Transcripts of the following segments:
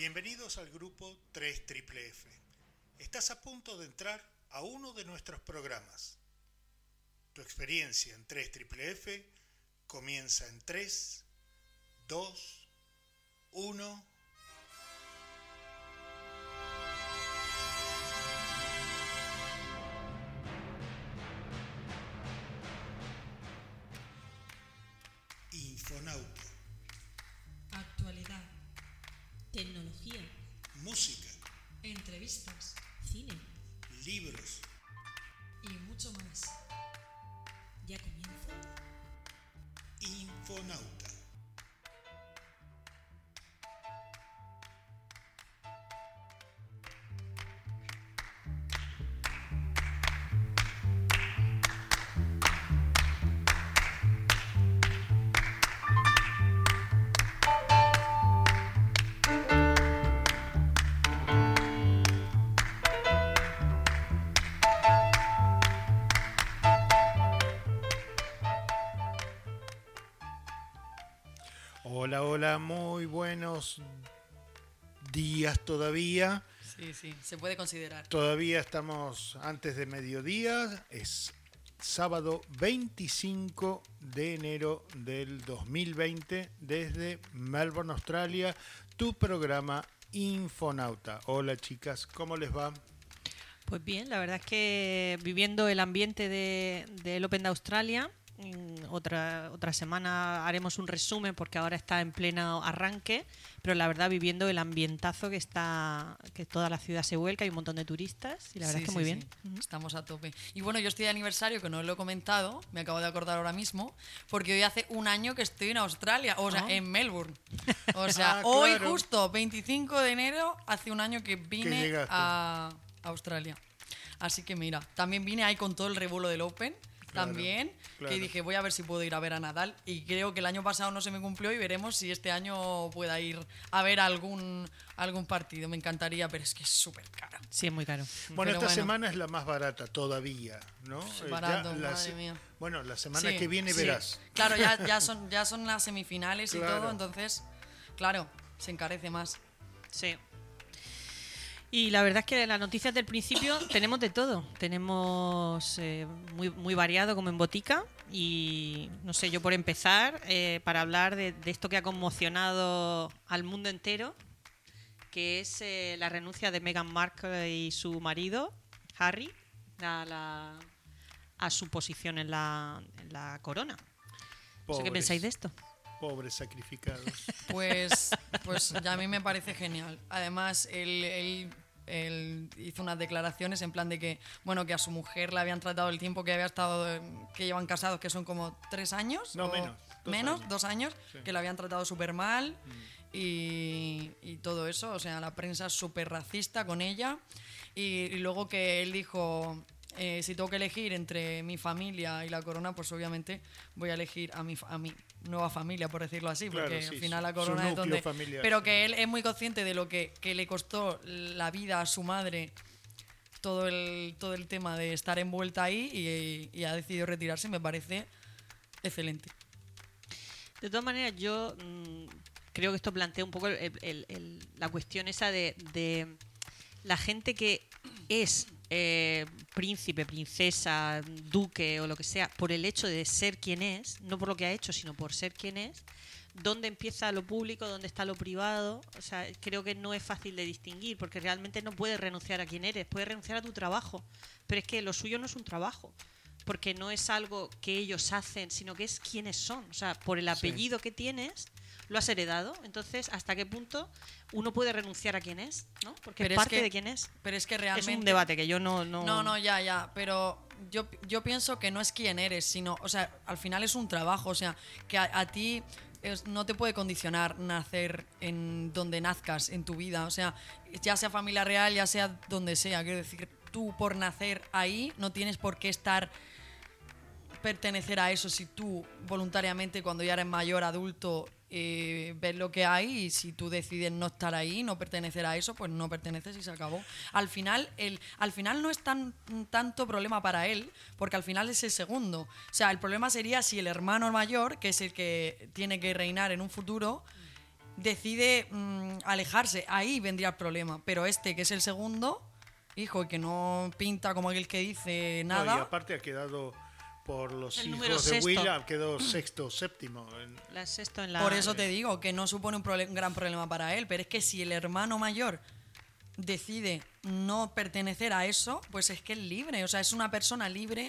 Bienvenidos al grupo 3FFF. Estás a punto de entrar a uno de nuestros programas. Tu experiencia en 3FFF comienza en 3, 2, 1... Infonauta. Actualidad. Tecnología. Música. Entrevistas. Cine. Libros. Y mucho más. ¿Ya comienza? Infonauta. Hola, hola, muy buenos días todavía. Sí, se puede considerar. Todavía estamos antes de mediodía, es sábado 25 de enero del 2020 desde Melbourne, Australia, tu programa Infonauta. Hola chicas, ¿cómo les va? Pues bien, la verdad es que viviendo el ambiente del Open de Australia. Otra semana haremos un resumen porque ahora está en pleno arranque, pero la verdad viviendo el ambientazo que está, que toda la ciudad se vuelca, hay un montón de turistas y la verdad es que muy bien. Estamos a tope. Y bueno, yo estoy de aniversario, que no os lo he comentado, me acabo de acordar ahora mismo, porque hoy hace un año que estoy en Australia, o sea, en Melbourne. O sea, hoy claro. Justo 25 de enero, hace un año que vine a Australia. Así que mira, también vine ahí con todo el revuelo del Open. También, claro. Que dije, voy a ver si puedo ir a ver a Nadal, y creo que el año pasado no se me cumplió y veremos si este año pueda ir a ver algún partido. Me encantaría, pero es que es súper caro. Sí, es muy caro. Bueno, esta semana es la más barata todavía, ¿no? Barato, madre mía. Bueno, la semana que viene verás. Claro, ya son las semifinales y todo, entonces, claro, se encarece más. Sí. Y la verdad es que las noticias del principio tenemos de todo. Tenemos muy variado como en botica. Y no sé, yo por empezar, para hablar de esto que ha conmocionado al mundo entero, que es la renuncia de Meghan Markle y su marido, Harry, a su posición en la corona. No sé qué pensáis de esto. Pobres sacrificados. Pues ya a mí me parece genial. Además, él hizo unas declaraciones en plan de que, bueno, que a su mujer le habían tratado el tiempo que había estado, que llevan casados, que son como 3 años. No, menos, 2 años, sí. Que le habían tratado súper mal y todo eso. O sea, la prensa es súper racista con ella. Y luego que él dijo... si tengo que elegir entre mi familia y la corona, pues obviamente voy a elegir a mi nueva familia, por decirlo así, porque claro, sí, al final la corona es donde... familiar, pero que él es muy consciente de lo que le costó la vida a su madre, todo el tema de estar envuelta ahí, y ha decidido retirarse. Me parece excelente. De todas maneras, yo creo que esto plantea un poco la cuestión esa de la gente que es... príncipe, princesa, duque o lo que sea, por el hecho de ser quien es, no por lo que ha hecho, sino por ser quien es, dónde empieza lo público, dónde está lo privado. O sea, creo que no es fácil de distinguir, porque realmente no puedes renunciar a quien eres, puedes renunciar a tu trabajo, pero es que lo suyo no es un trabajo, porque no es algo que ellos hacen, sino que es quienes son. O sea, por el apellido que tienes, lo has heredado. Entonces, ¿hasta qué punto uno puede renunciar a quién es? ¿No? Porque pero es parte de quién es. Pero es que realmente... Es un debate que yo no... No, ya. Pero yo pienso que no es quién eres, sino... O sea, al final es un trabajo. O sea, que a ti no te puede condicionar nacer en donde nazcas en tu vida. O sea, ya sea familia real, ya sea donde sea. Quiero decir, tú por nacer ahí no tienes por qué pertenecer a eso si tú voluntariamente, cuando ya eres mayor, adulto, ves lo que hay, y si tú decides no estar ahí, no pertenecer a eso, pues no perteneces y se acabó. Al final no es tanto problema para él, porque al final es el segundo. O sea, el problema sería si el hermano mayor, que es el que tiene que reinar en un futuro, decide alejarse. Ahí vendría el problema. Pero que es el segundo, hijo, que no pinta como aquel que dice nada. No, y aparte ha quedado, por los el hijos de William, quedó sexto o séptimo. Por eso te digo que no supone un gran problema para él. Pero es que si el hermano mayor decide no pertenecer a eso, pues es que es libre. O sea, es una persona libre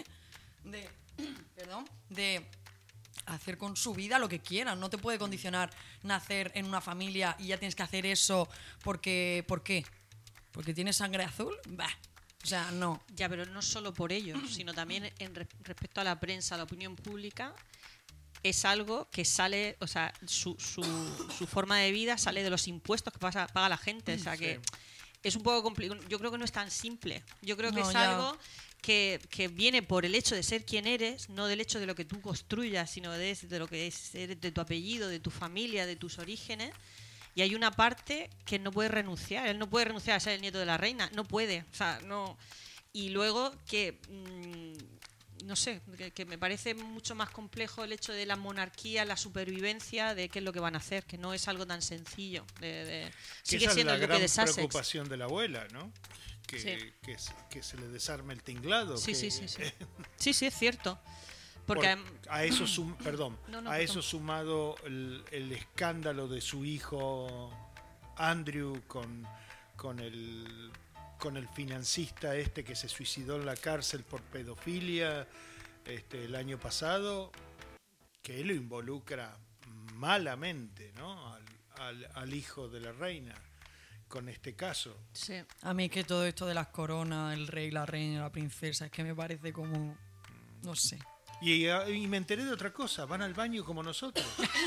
de hacer con su vida lo que quiera. No te puede condicionar nacer en una familia y ya tienes que hacer eso ¿por qué? ¿Porque tienes sangre azul? Bah. O sea, no. Ya, pero no solo por ello, sino también respecto a la prensa, a la opinión pública, es algo que sale, o sea, su forma de vida sale de los impuestos que paga la gente. O sea, que es un poco complicado. Yo creo que no es tan simple. Yo creo que es algo que viene por el hecho de ser quien eres, no del hecho de lo que tú construyas, sino de lo que es de tu apellido, de tu familia, de tus orígenes. Y hay una parte que no puede renunciar. Él no puede renunciar a ser el nieto de la reina. No puede. O sea, no. Y luego que, no sé, que me parece mucho más complejo el hecho de la monarquía, la supervivencia, de qué es lo que van a hacer, que no es algo tan sencillo. Sigue siendo el duque de Sussex. Esa es la gran preocupación de la abuela, ¿no? Que se le desarme el tinglado. Sí, sí, es cierto. Porque a eso sumado el escándalo de su hijo Andrew con el financista que se suicidó en la cárcel por pedofilia el año pasado, que él lo involucra malamente, ¿no? al hijo de la reina con este caso. Sí. A mí es que todo esto de las coronas, el rey, la reina, la princesa, es que me parece como, no sé. Y me enteré de otra cosa, van al baño como nosotros.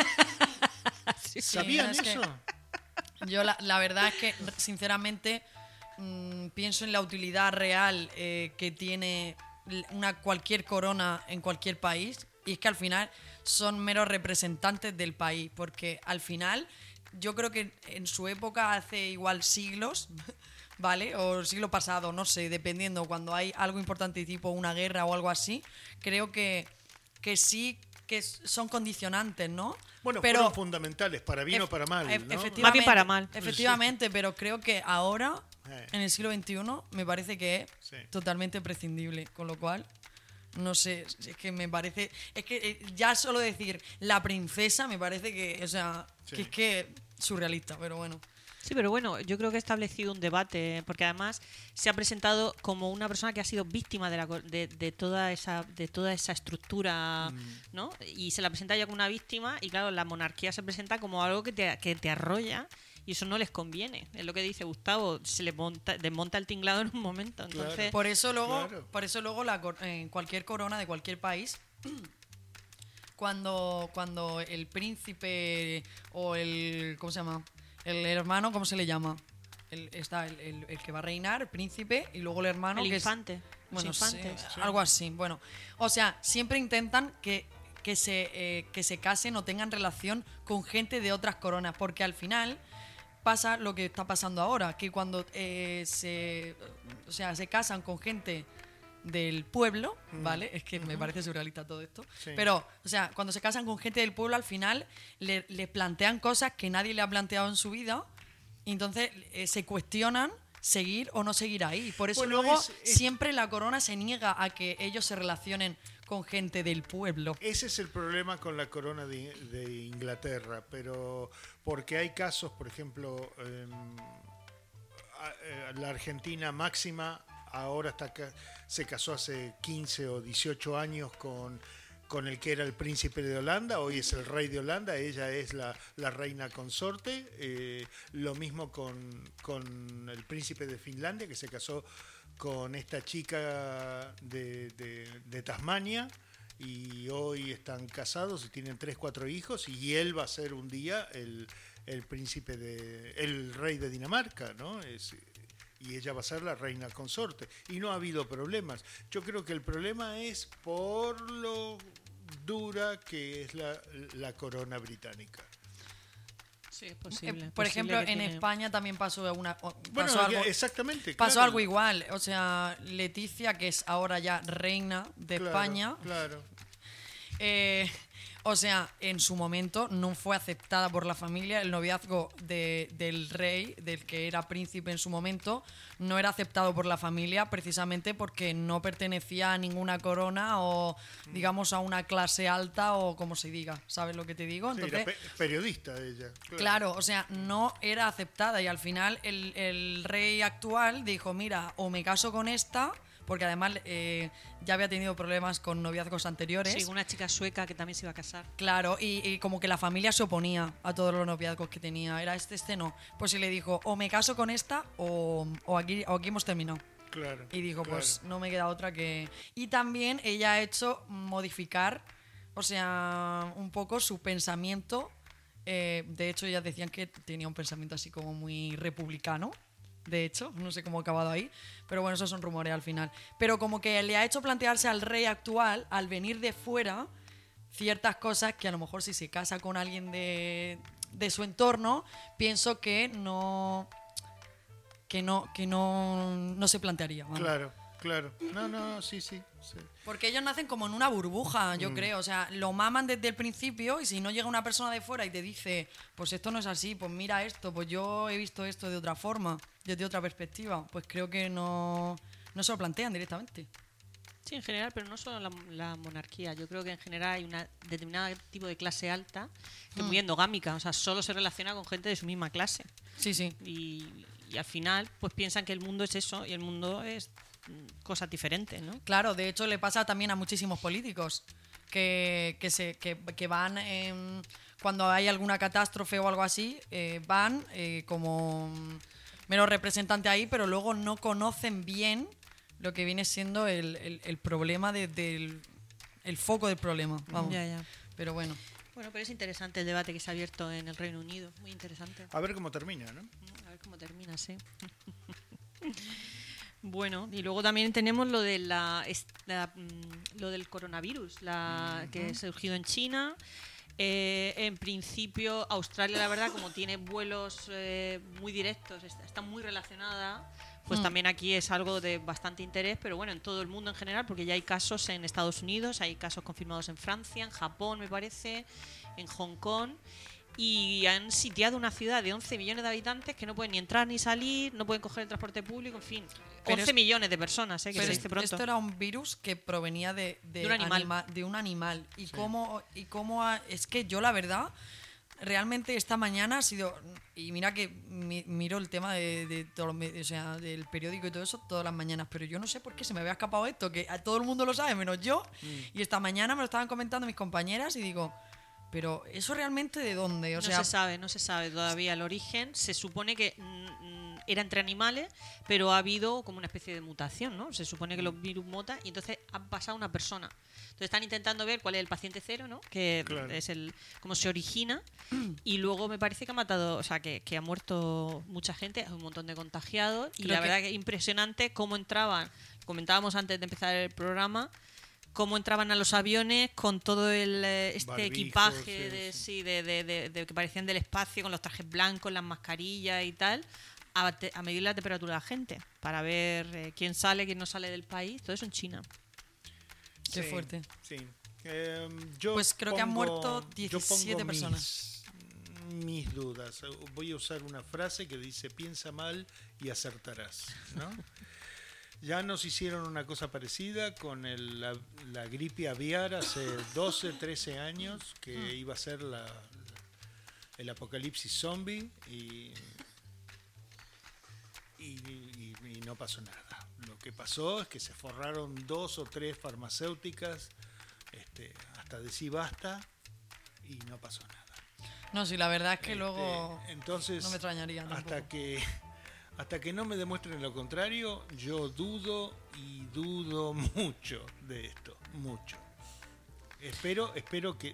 ¿Sabían eso? Yo la verdad es que, sinceramente, pienso en la utilidad real que tiene cualquier corona en cualquier país, y es que al final son meros representantes del país, porque al final yo creo que en su época, hace igual siglos, ¿vale? O el siglo pasado, no sé, dependiendo, cuando hay algo importante tipo una guerra o algo así, creo que sí que son condicionantes, ¿no? Bueno, pero fueron fundamentales, para bien o para mal, ¿no? Más bien para mal. Efectivamente, pero creo que ahora, en el siglo XXI, me parece que es totalmente prescindible, con lo cual, no sé, es que me parece... Es que ya solo decir la princesa me parece que, o sea, que es que surrealista, pero bueno. Sí, pero bueno, yo creo que ha establecido un debate, porque además se ha presentado como una persona que ha sido víctima de toda esa estructura, ¿no? Y se la presenta ya como una víctima, y claro, la monarquía se presenta como algo que te arrolla, y eso no les conviene. Es lo que dice Gustavo, se le desmonta el tinglado en un momento. Entonces, claro. Por eso luego en cualquier corona de cualquier país, cuando el príncipe o el... ¿cómo se llama? El hermano, ¿cómo se le llama? Está el que va a reinar, el príncipe, y luego el hermano, el que infante. es... Bueno, algo así. Bueno, o sea, siempre intentan que se casen o tengan relación con gente de otras coronas, porque al final pasa lo que está pasando ahora, que cuando se casan con gente del pueblo, ¿vale? Es que me parece surrealista todo esto. Sí. Pero, o sea, cuando se casan con gente del pueblo, al final le plantean cosas que nadie le ha planteado en su vida, y entonces se cuestionan seguir o no seguir ahí. Por eso luego siempre la corona se niega a que ellos se relacionen con gente del pueblo. Ese es el problema con la corona de Inglaterra, pero porque hay casos, por ejemplo, la Argentina Máxima ahora se casó hace 15 o 18 años con el que era el príncipe de Holanda, hoy es el rey de Holanda, ella es la reina consorte, lo mismo con el príncipe de Finlandia, que se casó con esta chica de Tasmania, y hoy están casados y tienen 3-4 hijos, y él va a ser un día el rey de Dinamarca, ¿no? Y ella va a ser la reina consorte. Y no ha habido problemas. Yo creo que el problema es por lo dura que es la corona británica. Sí, es posible. Por ejemplo, en España también pasó algo. Exactamente. Pasó algo igual. O sea, Leticia, que es ahora ya reina de España. Claro. O sea, en su momento no fue aceptada por la familia. El noviazgo del rey, del que era príncipe en su momento, no era aceptado por la familia precisamente porque no pertenecía a ninguna corona o, digamos, a una clase alta o como se diga. ¿Sabes lo que te digo? Entonces, era periodista ella. Claro, o sea, no era aceptada y al final el rey actual dijo, mira, o me caso con esta... Porque además ya había tenido problemas con noviazgos anteriores. Sí, una chica sueca que también se iba a casar. Claro, y como que la familia se oponía a todos los noviazgos que tenía. Era este no. Pues sí le dijo, o me caso con esta o aquí hemos terminado. Claro. Y dijo, pues no me queda otra que... Y también ella ha hecho modificar, o sea, un poco su pensamiento. De hecho, ellas decían que tenía un pensamiento así como muy republicano. De hecho, no sé cómo ha acabado ahí, pero bueno, esos son rumores al final. Pero como que le ha hecho plantearse al rey actual, al venir de fuera, ciertas cosas que a lo mejor si se casa con alguien de su entorno, pienso que no se plantearía. ¿Vale? Claro. No, sí. Porque ellos nacen como en una burbuja, yo creo. O sea, lo maman desde el principio y si no llega una persona de fuera y te dice, pues esto no es así, pues mira esto, pues yo he visto esto de otra forma, desde otra perspectiva, pues creo que no se lo plantean directamente. Sí, en general, pero no solo la monarquía. Yo creo que en general hay una determinada tipo de clase alta que es muy endogámica, o sea, solo se relaciona con gente de su misma clase. Sí. Y al final, pues piensan que el mundo es eso y el mundo es cosas diferentes, ¿no? Claro, de hecho le pasa también a muchísimos políticos que van cuando hay alguna catástrofe o algo así, van como menos representante ahí, pero luego no conocen bien lo que viene siendo el problema el foco del problema. Vamos. Ya. Pero bueno. Bueno, pero es interesante el debate que se ha abierto en el Reino Unido, muy interesante. A ver cómo termina, ¿no? A ver cómo termina, sí. Bueno, y luego también tenemos lo de lo del coronavirus, que ha surgido en China. En principio, Australia, la verdad, como tiene vuelos muy directos, está muy relacionada, pues también aquí es algo de bastante interés, pero bueno, en todo el mundo en general, porque ya hay casos en Estados Unidos, hay casos confirmados en Francia, en Japón, me parece, en Hong Kong. Y han sitiado una ciudad de 11 millones de habitantes que no pueden ni entrar ni salir, no pueden coger el transporte público, en fin. Pero 11 millones de personas, que se dice pronto. Esto era un virus que provenía de un animal. Y sí. Es que yo, la verdad, realmente esta mañana ha sido... Y mira que miro el tema de todos los medios, o sea, del periódico y todo eso todas las mañanas, pero yo no sé por qué se me había escapado esto, que a todo el mundo lo sabe, menos yo. Y esta mañana me lo estaban comentando mis compañeras y digo... Pero ¿eso realmente de dónde? No se sabe todavía el origen. Se supone que era entre animales, pero ha habido como una especie de mutación, ¿no? Se supone que los virus mutan y entonces han pasado a una persona. Entonces están intentando ver cuál es el paciente cero, ¿no? Que es cómo se origina. Y luego me parece que ha matado, o sea, que ha muerto mucha gente, hay un montón de contagiados. Y la verdad que es impresionante cómo entraban. Comentábamos antes de empezar el programa, cómo entraban a los aviones con todo equipaje de que parecían del espacio, con los trajes blancos, las mascarillas y tal, a medir la temperatura de la gente para ver quién sale, quién no sale del país. Todo eso en China. Qué fuerte. Sí. Pues creo que han muerto 17 personas. Mis dudas. Voy a usar una frase que dice: piensa mal y acertarás, ¿no? Ya nos hicieron una cosa parecida con la gripe aviar hace 12, 13 años, que iba a ser el apocalipsis zombie y no pasó nada. Lo que pasó es que se forraron 2 o 3 farmacéuticas hasta decir basta y no pasó nada. No, sí, la verdad es que luego entonces, no me extrañaría tampoco. Hasta que no me demuestren lo contrario, yo dudo mucho de esto, mucho. Espero que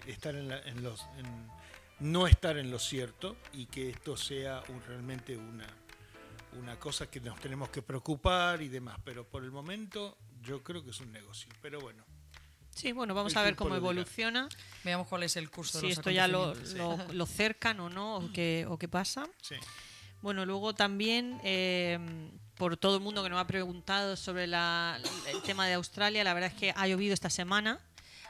no estar en lo cierto y que esto sea realmente una cosa que nos tenemos que preocupar y demás, pero por el momento yo creo que es un negocio, pero bueno. Sí, bueno, vamos a ver cómo evoluciona. Veamos cuál es el curso de los acontecimientos. Si esto ya lo cercan o no, o qué pasa. Sí. Bueno, luego también, por todo el mundo que nos ha preguntado sobre el tema de Australia, la verdad es que ha llovido esta semana.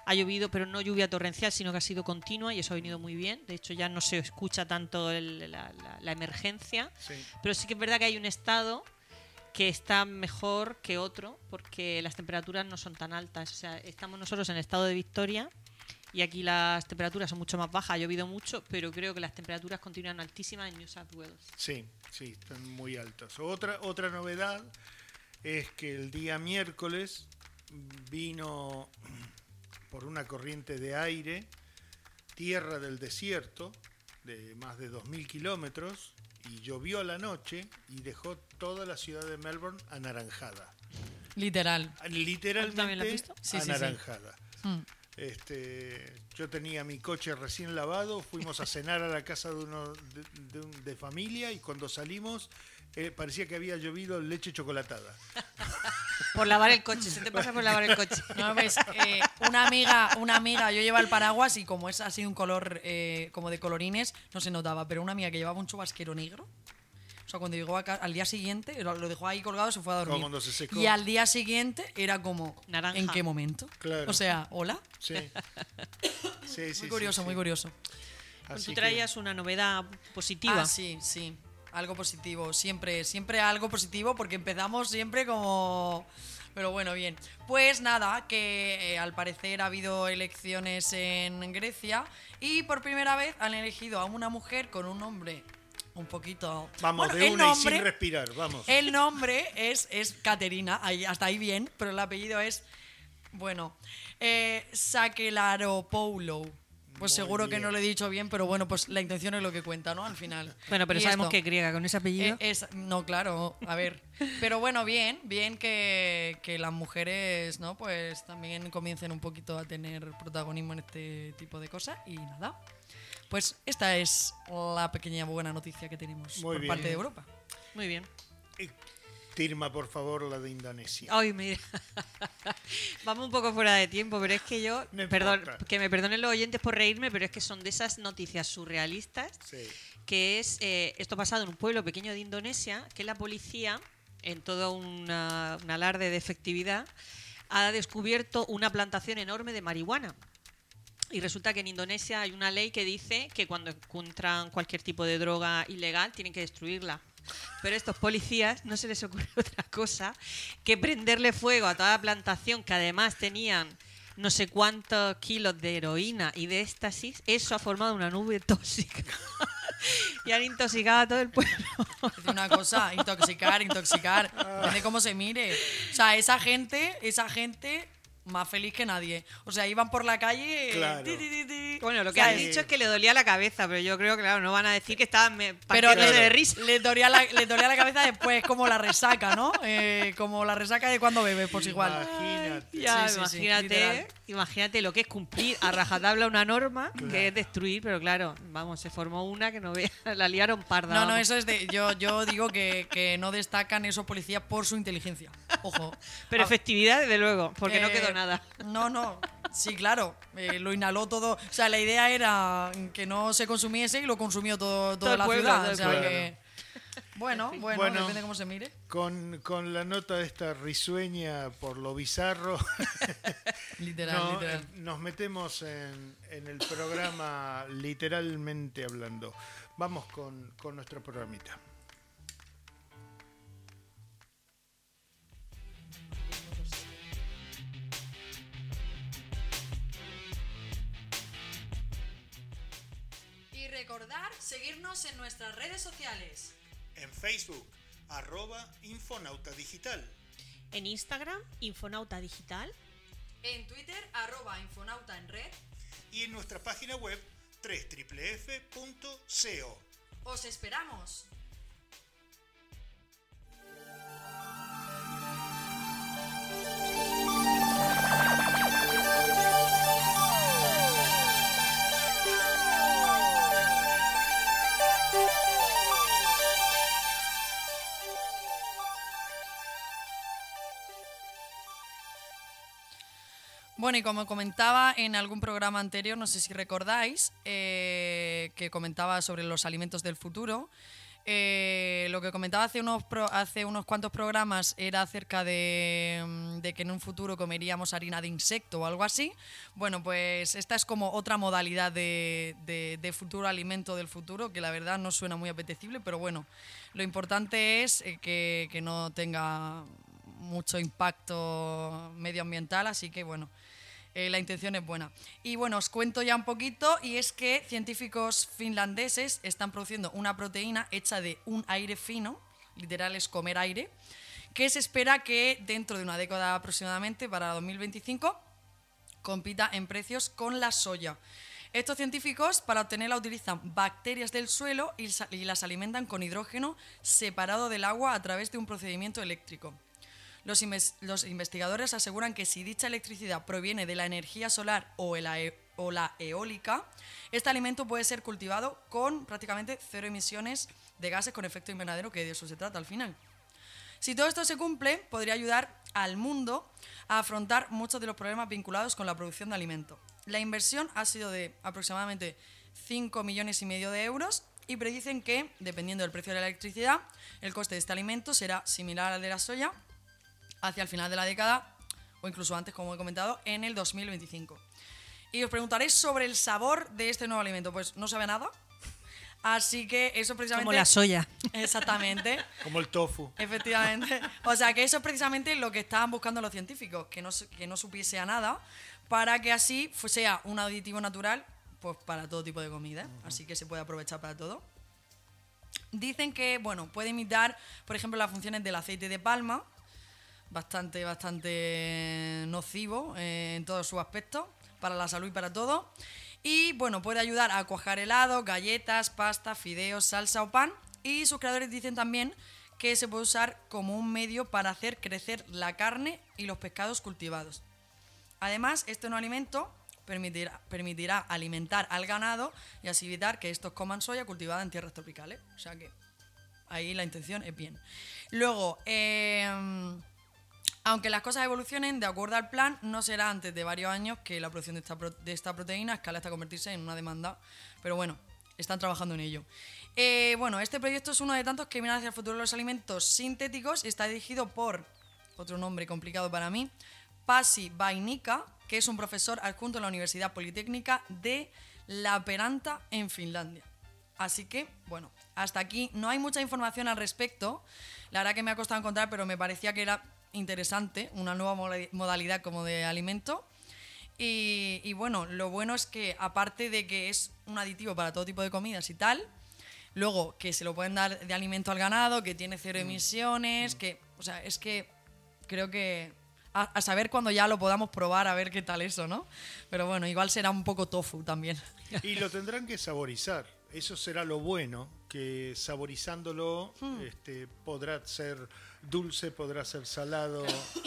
Ha llovido, pero no lluvia torrencial, sino que ha sido continua y eso ha venido muy bien. De hecho, ya no se escucha tanto la emergencia. Sí. Pero sí que es verdad que hay un estado que está mejor que otro porque las temperaturas no son tan altas. O sea, estamos nosotros en el estado de Victoria y aquí las temperaturas son mucho más bajas. Ha llovido mucho, pero creo que las temperaturas continúan altísimas en New South Wales. Sí, están muy altas. Otra novedad es que el día miércoles vino por una corriente de aire, tierra del desierto, de más de 2.000 kilómetros, y llovió a la noche y dejó toda la ciudad de Melbourne anaranjada. Literalmente anaranjada. Sí. Yo tenía mi coche recién lavado, fuimos a cenar a la casa de familia y cuando salimos parecía que había llovido leche chocolatada. Por lavar el coche, se te pasa por lavar el coche. No, ves, una amiga, yo llevaba el paraguas y como es así un color como de colorines, no se notaba, pero una amiga que llevaba un chubasquero negro, o sea, cuando llegó al día siguiente, lo dejó ahí colgado, se fue a dormir. Como cuando se secó. Y al día siguiente era como, naranja. ¿En qué momento? Claro. O sea, ¿hola? Sí. Muy curioso, muy curioso. Tú traías una novedad positiva. Sí. Algo positivo, siempre algo positivo porque empezamos siempre como... Pero bueno, bien. Pues nada, que al parecer ha habido elecciones en Grecia y por primera vez han elegido a una mujer con un nombre un poquito... Vamos, bueno, de una nombre, y sin respirar, vamos. El nombre es Caterina, hasta ahí bien, pero el apellido es, Sakelaropoulou. Pues muy seguro bien. Que no lo he dicho bien, pero bueno, pues la intención es lo que cuenta, ¿no? Al final. Bueno, pero sabemos que es griega, con ese apellido. No, claro, a ver. Pero bueno, bien que las mujeres, ¿no? Pues también comiencen un poquito a tener protagonismo en este tipo de cosas y nada. Pues esta es la pequeña buena noticia que tenemos por parte de Europa. Muy bien. Tirma, por favor, la de Indonesia. Ay, mira. Vamos un poco fuera de tiempo, pero es que yo... que me perdonen los oyentes por reírme, pero es que son de esas noticias surrealistas. Sí. Que es esto pasado en un pueblo pequeño de Indonesia, que la policía, en todo un alarde de efectividad, ha descubierto una plantación enorme de marihuana. Y resulta que en Indonesia hay una ley que dice que cuando encuentran cualquier tipo de droga ilegal tienen que destruirla. Pero a estos policías no se les ocurre otra cosa que prenderle fuego a toda la plantación, que además tenían no sé cuántos kilos de heroína y de éxtasis. Eso ha formado una nube tóxica. Y han intoxicado a todo el pueblo. Es una cosa, intoxicar. Depende cómo se mire. O sea, esa gente más feliz que nadie. O sea, iban por la calle... Claro. Bueno, lo que han dicho es que le dolía la cabeza, pero yo creo que, claro, no van a decir que estaban pero de risa. Le dolía la cabeza después, como la resaca, ¿no? Como la resaca de cuando bebes, pues igual. Imagínate lo que es cumplir a rajatabla una norma, que es destruir, pero claro, vamos, se formó una que no vea, la liaron parda. No, eso es de... Yo digo que no destacan esos policías por su inteligencia. Ojo. Pero efectividad, desde luego, porque no quedó nada. No. Sí, claro. Lo inhaló todo. O sea, la idea era que no se consumiese y lo consumió toda la ciudad. O sea que... Bueno, depende de cómo se mire. Con la nota esta risueña por lo bizarro, literal. Nos metemos en el programa literalmente hablando. Vamos con nuestro programita. Y recordar seguirnos en nuestras redes sociales. En Facebook, @Infonauta Digital. En Instagram, Infonauta Digital. En Twitter, @Infonauta en red. Y en nuestra página web, www.co. ¡Os esperamos! Bueno, y como comentaba en algún programa anterior, no sé si recordáis, que comentaba sobre los alimentos del futuro, Lo que comentaba hace unos cuantos programas era acerca de que en un futuro comeríamos harina de insecto o algo así. Bueno, pues esta es como otra modalidad de futuro alimento del futuro, que la verdad no suena muy apetecible, pero bueno, lo importante es que no tenga mucho impacto medioambiental, así que bueno, la intención es buena. Y bueno, os cuento ya un poquito, y es que científicos finlandeses están produciendo una proteína hecha de un aire fino, literal es comer aire, que se espera que dentro de una década aproximadamente, para 2025, compita en precios con la soya. Estos científicos, para obtenerla, utilizan bacterias del suelo y las alimentan con hidrógeno separado del agua a través de un procedimiento eléctrico. Los investigadores aseguran que si dicha electricidad proviene de la energía solar o la eólica, este alimento puede ser cultivado con prácticamente cero emisiones de gases con efecto invernadero, que de eso se trata al final. Si todo esto se cumple, podría ayudar al mundo a afrontar muchos de los problemas vinculados con la producción de alimentos. La inversión ha sido de aproximadamente 5,5 millones de euros y predicen que, dependiendo del precio de la electricidad, el coste de este alimento será similar al de la soya hacia el final de la década, o incluso antes, como he comentado, en el 2025. Y os preguntaréis sobre el sabor de este nuevo alimento. Pues no sabe nada. Así que eso precisamente... Como la soya. Exactamente. Como el tofu. Efectivamente. O sea, que eso es precisamente lo que estaban buscando los científicos, que no supiese a nada, para que así sea un aditivo natural pues para todo tipo de comida. Así que se puede aprovechar para todo. Dicen que, bueno, puede imitar, por ejemplo, las funciones del aceite de palma, bastante nocivo en todos sus aspectos, para la salud y para todo. Y bueno, puede ayudar a cuajar helados, galletas, pasta, fideos, salsa o pan. Y sus creadores dicen también que se puede usar como un medio para hacer crecer la carne y los pescados cultivados. Además, este nuevo alimento permitirá alimentar al ganado y así evitar que estos coman soya cultivada en tierras tropicales. O sea que ahí la intención es bien. Luego, aunque las cosas evolucionen, de acuerdo al plan, no será antes de varios años que la producción de esta proteína escale hasta convertirse en una demanda. Pero bueno, están trabajando en ello. Bueno, este proyecto es uno de tantos que miran hacia el futuro de los alimentos sintéticos y está dirigido por, otro nombre complicado para mí, Pasi Vainika, que es un profesor adjunto en la Universidad Politécnica de Lappeenranta en Finlandia. Así que, bueno, hasta aquí no hay mucha información al respecto. La verdad que me ha costado encontrar, pero me parecía que era interesante, una nueva modalidad como de alimento. Y bueno, lo bueno es que aparte de que es un aditivo para todo tipo de comidas y tal, luego que se lo pueden dar de alimento al ganado, que tiene cero emisiones, que, o sea, es que creo que a saber cuando ya lo podamos probar, a ver qué tal eso, ¿no? Pero bueno, igual será un poco tofu también. Y lo tendrán que saborizar. Eso será lo bueno, que saborizándolo podrá ser dulce, podrá ser salado,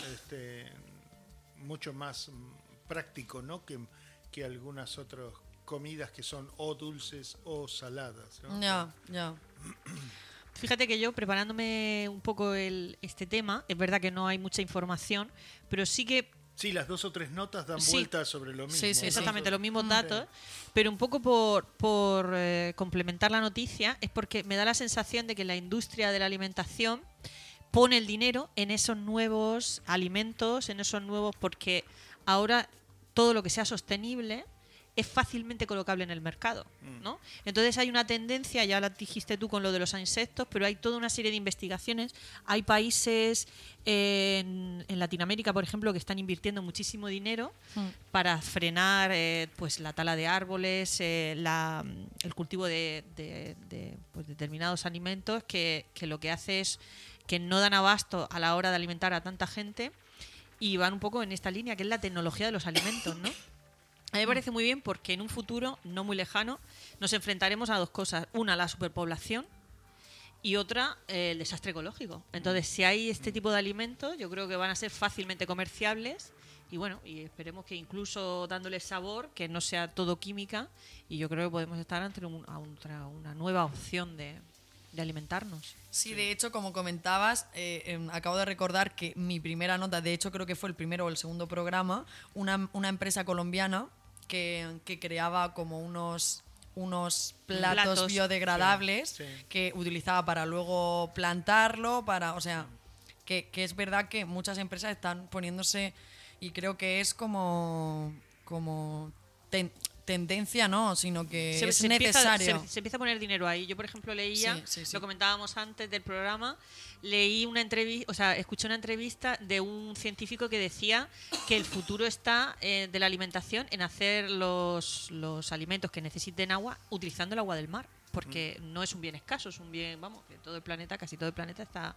mucho más práctico, ¿no? que algunas otras comidas que son o dulces o saladas, ¿no? Ya. Fíjate que yo, preparándome un poco este tema, es verdad que no hay mucha información, pero sí que... Sí, las 2 o 3 notas dan vueltas sobre lo mismo. Sí, exactamente, los mismos datos. Pero un poco por complementar la noticia, es porque me da la sensación de que la industria de la alimentación pone el dinero en esos nuevos alimentos, en esos nuevos... Porque ahora todo lo que sea sostenible es fácilmente colocable en el mercado, ¿no? Entonces hay una tendencia, ya la dijiste tú con lo de los insectos, pero hay toda una serie de investigaciones. Hay países en Latinoamérica, por ejemplo, que están invirtiendo muchísimo dinero para frenar pues la tala de árboles, el cultivo de pues determinados alimentos que lo que hace es que no dan abasto a la hora de alimentar a tanta gente, y van un poco en esta línea, que es la tecnología de los alimentos, ¿no? A mí me parece muy bien porque en un futuro no muy lejano nos enfrentaremos a dos cosas. Una, la superpoblación, y otra, el desastre ecológico. Entonces, si hay este tipo de alimentos, yo creo que van a ser fácilmente comerciables y bueno, y esperemos que incluso dándoles sabor, que no sea todo química, y yo creo que podemos estar ante una nueva opción de alimentarnos. Sí, de hecho, como comentabas, acabo de recordar que mi primera nota, de hecho creo que fue el primero o el segundo programa, una empresa colombiana que creaba como unos unos platos biodegradables que utilizaba para luego plantarlo, o sea, que es verdad que muchas empresas están poniéndose, y creo que es como tendencia, no, sino que es necesario. Se empieza a poner dinero ahí. Yo, por ejemplo, leía, lo comentábamos antes del programa, leí una entrevista, o sea, escuché una entrevista de un científico que decía que el futuro está de la alimentación en hacer los alimentos que necesiten agua utilizando el agua del mar, porque no es un bien escaso, es un bien, vamos, que todo el planeta, casi todo el planeta está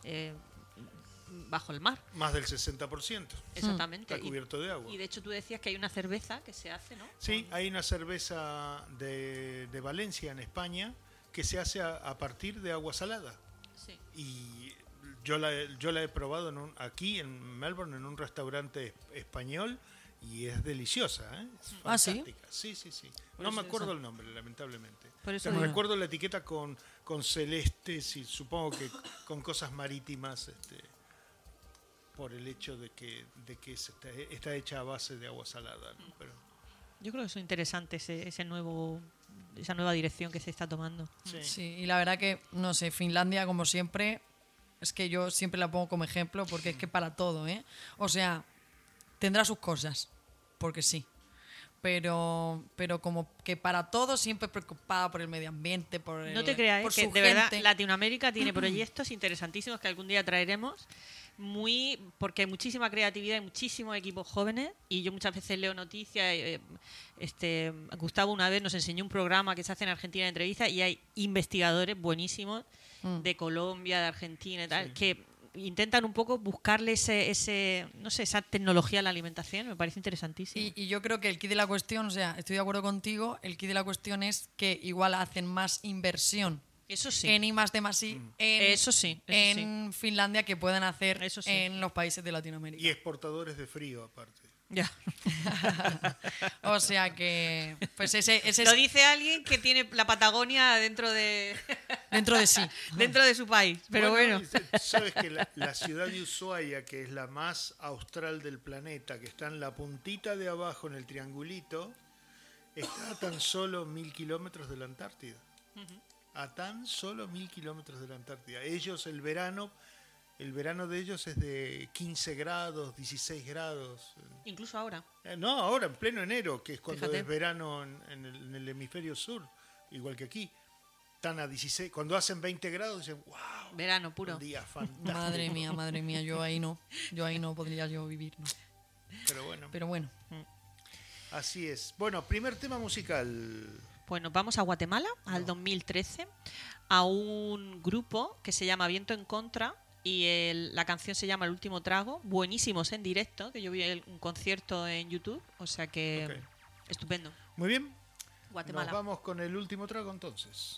bajo el mar. Más del 60%. Exactamente. Está cubierto de agua. Y de hecho tú decías que hay una cerveza que se hace, ¿no? Sí, hay una cerveza de Valencia, en España, que se hace a partir de agua salada. Sí. Y yo la he probado aquí en Melbourne, en un restaurante español, y es deliciosa, ¿eh? Es fantástica. Sí. No me acuerdo el nombre, lamentablemente. Pero recuerdo la etiqueta con celestes y supongo que con cosas marítimas, por el hecho de que está hecha a base de agua salada, ¿no? Pero yo creo que es interesante esa nueva dirección que se está tomando. Sí, y la verdad que, no sé, Finlandia, como siempre, es que yo siempre la pongo como ejemplo porque es que para todo, ¿eh? O sea, tendrá sus cosas, porque sí. Pero como que para todo siempre preocupada por el medio ambiente, no te creas, que de verdad Latinoamérica tiene proyectos interesantísimos que algún día traeremos, porque hay muchísima creatividad y muchísimos equipos jóvenes, y yo muchas veces leo noticias. Gustavo una vez nos enseñó un programa que se hace en Argentina de entrevistas, y hay investigadores buenísimos de Colombia, de Argentina y tal, que intentan un poco buscarle esa tecnología a la alimentación. Me parece interesantísimo. Y yo creo que el quid de la cuestión, o sea, estoy de acuerdo contigo, el quid de la cuestión es que igual hacen más inversión eso sí. en I+D+I en Finlandia que puedan hacer en los países de Latinoamérica. Y exportadores de frío, aparte. Ya. O sea que pues ese lo dice alguien que tiene la Patagonia dentro de sí, dentro de su país, pero bueno. Sabes que la ciudad de Ushuaia, que es la más austral del planeta, que está en la puntita de abajo en el triangulito, está a tan solo 1000 kilómetros de la Antártida. A tan solo 1000 kilómetros de la Antártida. Ellos el verano de ellos es de 15 grados, 16 grados. Incluso ahora. No, ahora, en pleno enero, que es cuando Fíjate. es verano en el hemisferio sur, igual que aquí. Están a 16. Cuando hacen 20 grados, dicen, wow. Verano puro. Un día fantástico. Madre mía, yo ahí no podría yo vivir, ¿no? Pero bueno. Así es. Bueno, primer tema musical. Bueno, vamos a Guatemala, al 2013, a un grupo que se llama Viento en Contra, y la canción se llama El Último Trago. Buenísimos en directo, que yo vi un concierto en YouTube, o sea que estupendo. Muy bien. Guatemala. Nos vamos con El Último Trago entonces.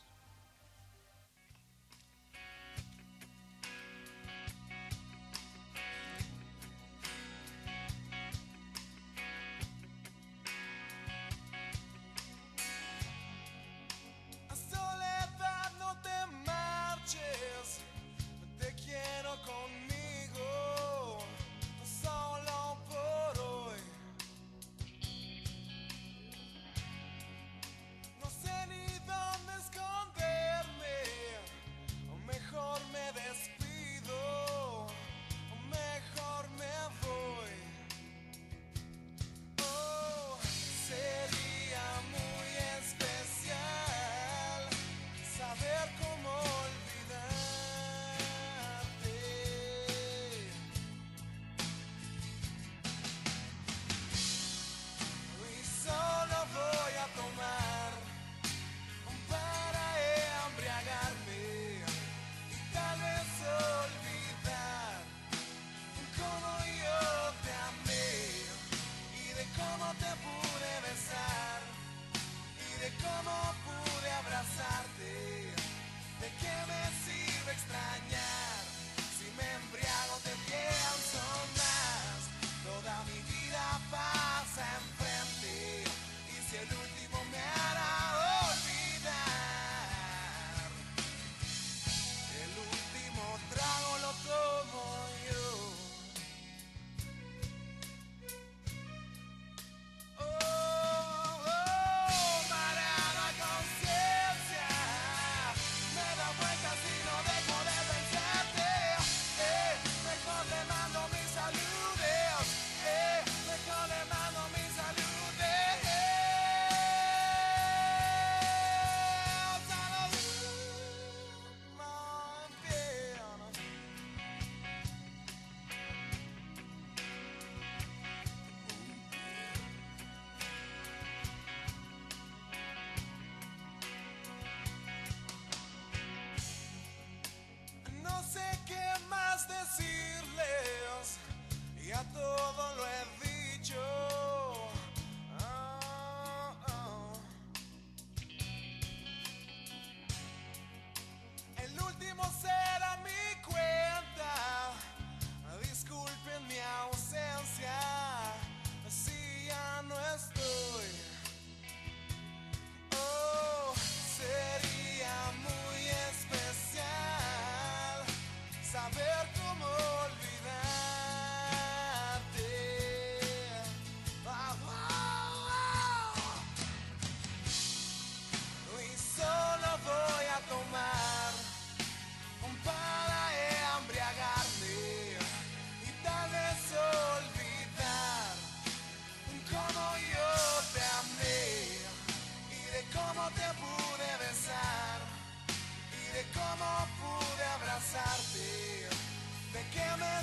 Conmigo, solo por hoy. No sé ni dónde esconder.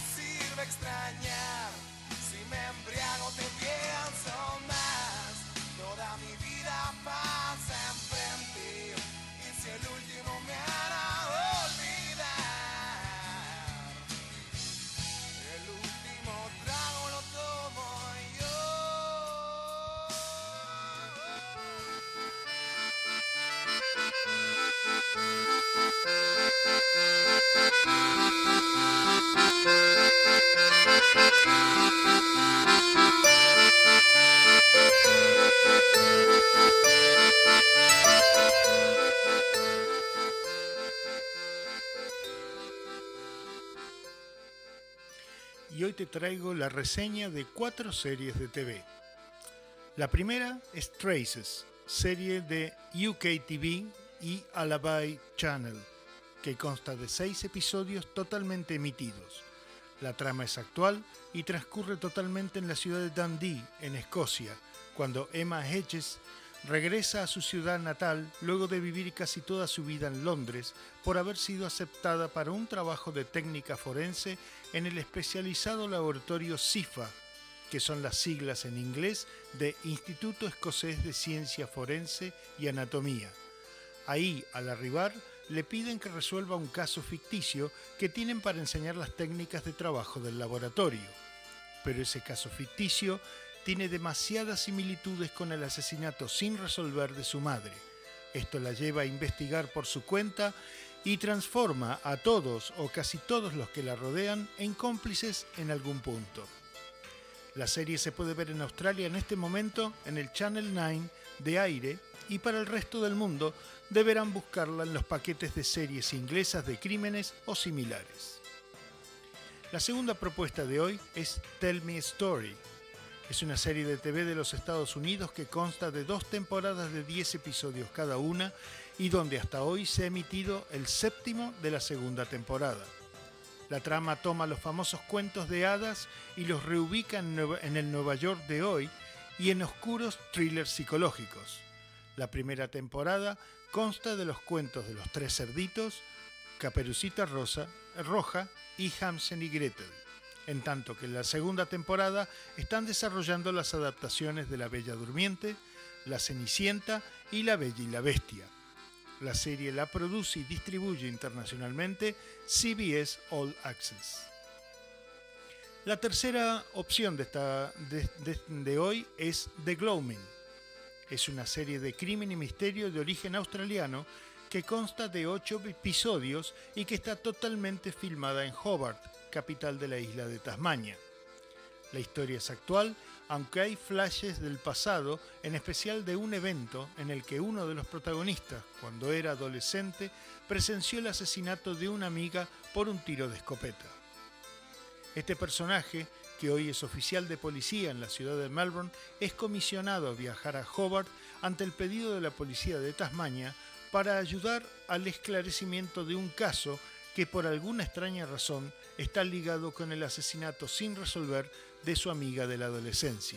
sirve extrañar? Si me embriago te pienso más. Toda mi vida pasa enfrente. Y si el último me hará olvidar, el último trago lo tomo yo. Y hoy te traigo la reseña de 4 series de TV. La primera es Traces, serie de UK TV y Alibi Channel, que consta de 6 episodios totalmente emitidos. La trama es actual y transcurre totalmente en la ciudad de Dundee, en Escocia, cuando Emma Hedges regresa a su ciudad natal luego de vivir casi toda su vida en Londres por haber sido aceptada para un trabajo de técnica forense en el especializado laboratorio CIFA, que son las siglas en inglés de Instituto Escocés de Ciencia Forense y Anatomía. Ahí, al arribar, le piden que resuelva un caso ficticio que tienen para enseñar las técnicas de trabajo del laboratorio. Pero ese caso ficticio tiene demasiadas similitudes con el asesinato sin resolver de su madre. Esto la lleva a investigar por su cuenta y transforma a todos o casi todos los que la rodean en cómplices en algún punto. La serie se puede ver en Australia en este momento en el Channel 9 de aire y para el resto del mundo deberán buscarla en los paquetes de series inglesas de crímenes o similares. La segunda propuesta de hoy es Tell Me a Story. Es una serie de TV de los Estados Unidos que consta de 2 temporadas de 10 episodios cada una y donde hasta hoy se ha emitido el 7º de la segunda temporada. La trama toma los famosos cuentos de hadas y los reubica en el Nueva York de hoy y en oscuros thrillers psicológicos. La primera temporada consta de los cuentos de los 3 cerditos, Caperucita Roja y Hansel y Gretel, en tanto que en la segunda temporada están desarrollando las adaptaciones de La Bella Durmiente, La Cenicienta y La Bella y la Bestia. La serie la produce y distribuye internacionalmente CBS All Access. La tercera opción de hoy es The Gloaming. Es una serie de crimen y misterio de origen australiano que consta de 8 episodios y que está totalmente filmada en Hobart, capital de la isla de Tasmania. La historia es actual, aunque hay flashes del pasado, en especial de un evento en el que uno de los protagonistas, cuando era adolescente, presenció el asesinato de una amiga por un tiro de escopeta. Este personaje, que hoy es oficial de policía en la ciudad de Melbourne, es comisionado a viajar a Hobart ante el pedido de la policía de Tasmania para ayudar al esclarecimiento de un caso que por alguna extraña razón está ligado con el asesinato sin resolver de su amiga de la adolescencia.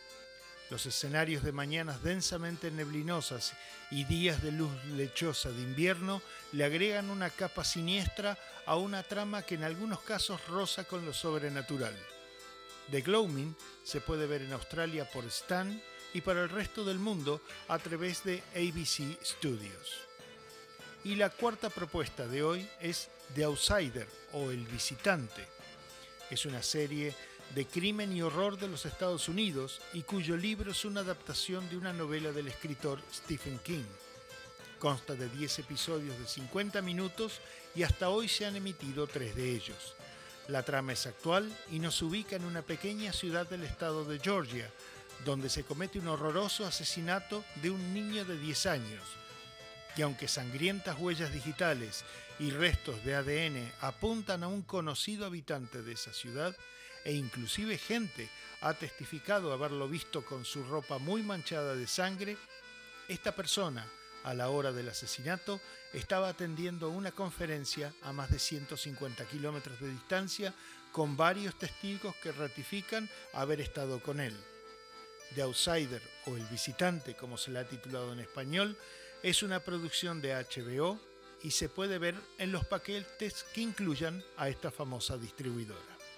Los escenarios de mañanas densamente neblinosas y días de luz lechosa de invierno le agregan una capa siniestra a una trama que en algunos casos roza con lo sobrenatural. The Gloaming se puede ver en Australia por Stan y para el resto del mundo a través de ABC Studios. Y la cuarta propuesta de hoy es The Outsider o El Visitante. Es una serie de crimen y horror de los Estados Unidos y cuyo libro es una adaptación de una novela del escritor Stephen King. Consta de 10 episodios de 50 minutos y hasta hoy se han emitido 3 de ellos. La trama es actual y nos ubica en una pequeña ciudad del estado de Georgia, donde se comete un horroroso asesinato de un niño de 10 años. Y aunque sangrientas huellas digitales y restos de ADN apuntan a un conocido habitante de esa ciudad, e inclusive gente ha testificado haberlo visto con su ropa muy manchada de sangre, esta persona, a la hora del asesinato, estaba atendiendo una conferencia a más de 150 kilómetros de distancia con varios testigos que ratifican haber estado con él. The Outsider o El Visitante, como se le ha titulado en español, es una producción de HBO y se puede ver en los paquetes que incluyan a esta famosa distribuidora.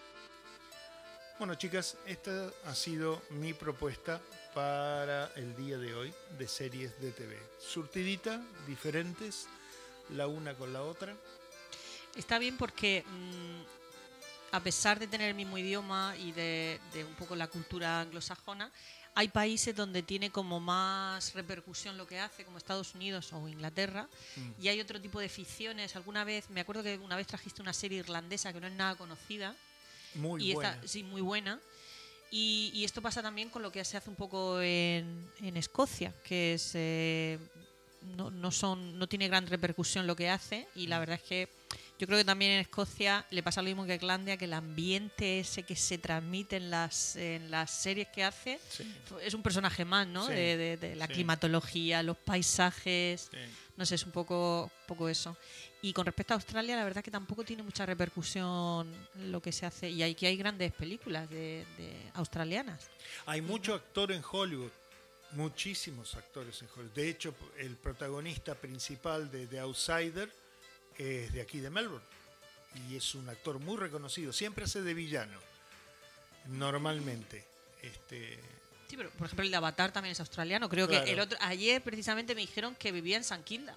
Bueno, chicas, esta ha sido mi propuesta para el día de hoy de series de TV. Surtidita, diferentes, la una con la otra. Está bien porque a pesar de tener el mismo idioma y de un poco la cultura anglosajona, hay países donde tiene como más repercusión lo que hace, como Estados Unidos o Inglaterra, y hay otro tipo de ficciones. Alguna vez, me acuerdo que una vez trajiste una serie irlandesa que no es nada conocida. Muy buena. Sí, muy buena. Y esto pasa también con lo que se hace un poco en Escocia, que es no tiene gran repercusión lo que hace, y la verdad es que yo creo que también en Escocia le pasa lo mismo que a Irlanda, que el ambiente ese que se transmite en las series que hace es un personaje más, ¿no? Sí, de la climatología, los paisajes, no sé, es un poco eso. Y con respecto a Australia, la verdad es que tampoco tiene mucha repercusión lo que se hace, y aquí hay grandes películas de australianas. Hay mucho actor en Hollywood, muchísimos actores en Hollywood. De hecho, el protagonista principal de The Outsider es de aquí de Melbourne y es un actor muy reconocido. Siempre hace de villano, normalmente. Sí, pero por ejemplo el de Avatar también es australiano. Creo que el otro ayer precisamente me dijeron que vivía en St Kilda,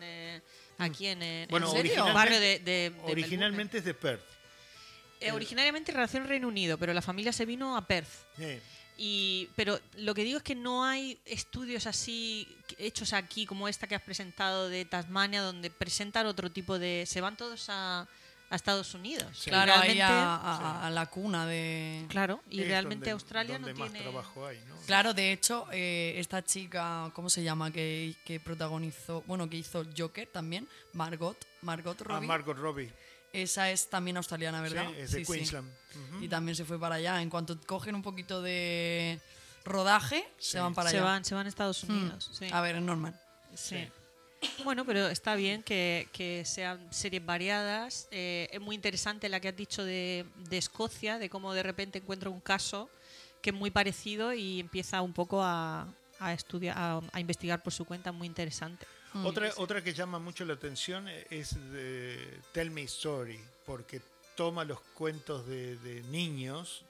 aquí en un barrio de originalmente es de Perth. Originariamente relación Reino Unido, pero la familia se vino a Perth. Pero lo que digo es que no hay estudios así hechos aquí como esta que has presentado de Tasmania, donde presentan otro tipo de... Se van todos a Estados Unidos. Sí. Claro, ahí a la cuna de... Claro, y realmente Australia no tiene... más trabajo hay, ¿no? Claro, de hecho, esta chica, ¿cómo se llama? Que protagonizó, bueno, que hizo Joker también, Margot Robbie. Margot Robbie. Esa es también australiana, ¿verdad? Sí, es de Queensland. Y también se fue para allá. En cuanto cogen un poquito de rodaje, se van para allá. Se van a Estados Unidos. Sí. A ver, es normal. Sí. Bueno, pero está bien que sean series variadas. Es muy interesante la que has dicho de Escocia, de cómo de repente encuentra un caso que es muy parecido y empieza un poco a estudiar, a investigar por su cuenta. Muy interesante. Otra que llama mucho la atención es de Tell Me Story, porque toma los cuentos de niños,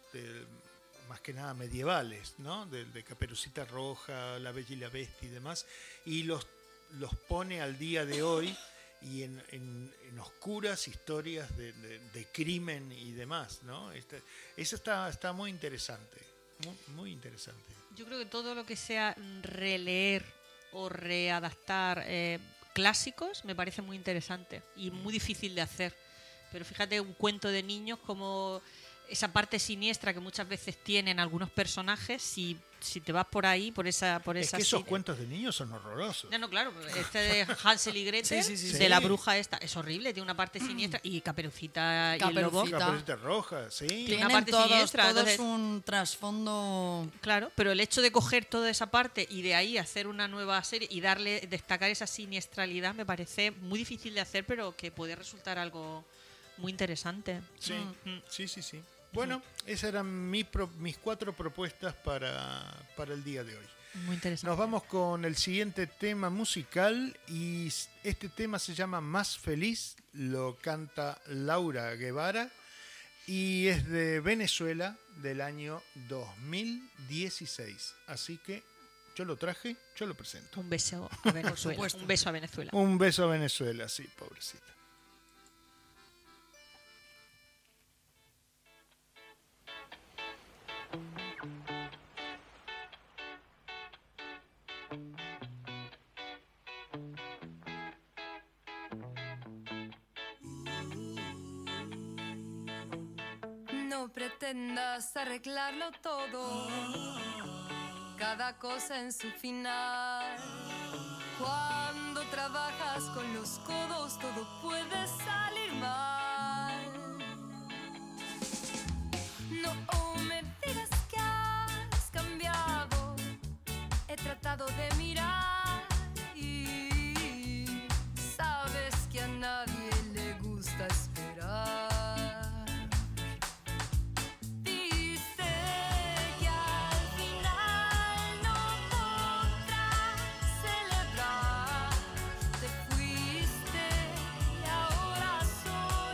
más que nada medievales, ¿no? De Caperucita Roja, La Bella y la Bestia y demás, y los pone al día de hoy y en oscuras historias de crimen y demás, ¿no? Eso está muy interesante, muy interesante. Yo creo que todo lo que sea releer o readaptar clásicos me parece muy interesante y muy difícil de hacer. Pero fíjate, un cuento de niños, como esa parte siniestra que muchas veces tienen algunos personajes, si te vas por ahí, por esa es que esos cuentos de niños son horrorosos. No, claro, este de Hansel y Gretel, de la bruja esta, es horrible, tiene una parte siniestra, y Caperucita y el lobo. Caperucita Roja, sí. Tienen una parte siniestra. Entonces, un trasfondo... Claro, pero el hecho de coger toda esa parte y de ahí hacer una nueva serie y destacar esa siniestralidad me parece muy difícil de hacer, pero que puede resultar algo muy interesante. Sí, sí. Bueno, esas eran mis 4 propuestas para el día de hoy. Muy interesante. Nos vamos con el siguiente tema musical y este tema se llama Más Feliz, lo canta Laura Guevara y es de Venezuela del año 2016. Así que yo lo traje, yo lo presento. Un beso a Venezuela. Un beso a Venezuela. Un beso a Venezuela, sí, pobrecita. No pretendas arreglarlo todo, cada cosa en su final. Cuando trabajas con los codos todo puede salir mal. No me digas que has cambiado, he tratado de mirar y sabes que a nadie le gusta esperar. Celebrar, te fuiste y ahora soy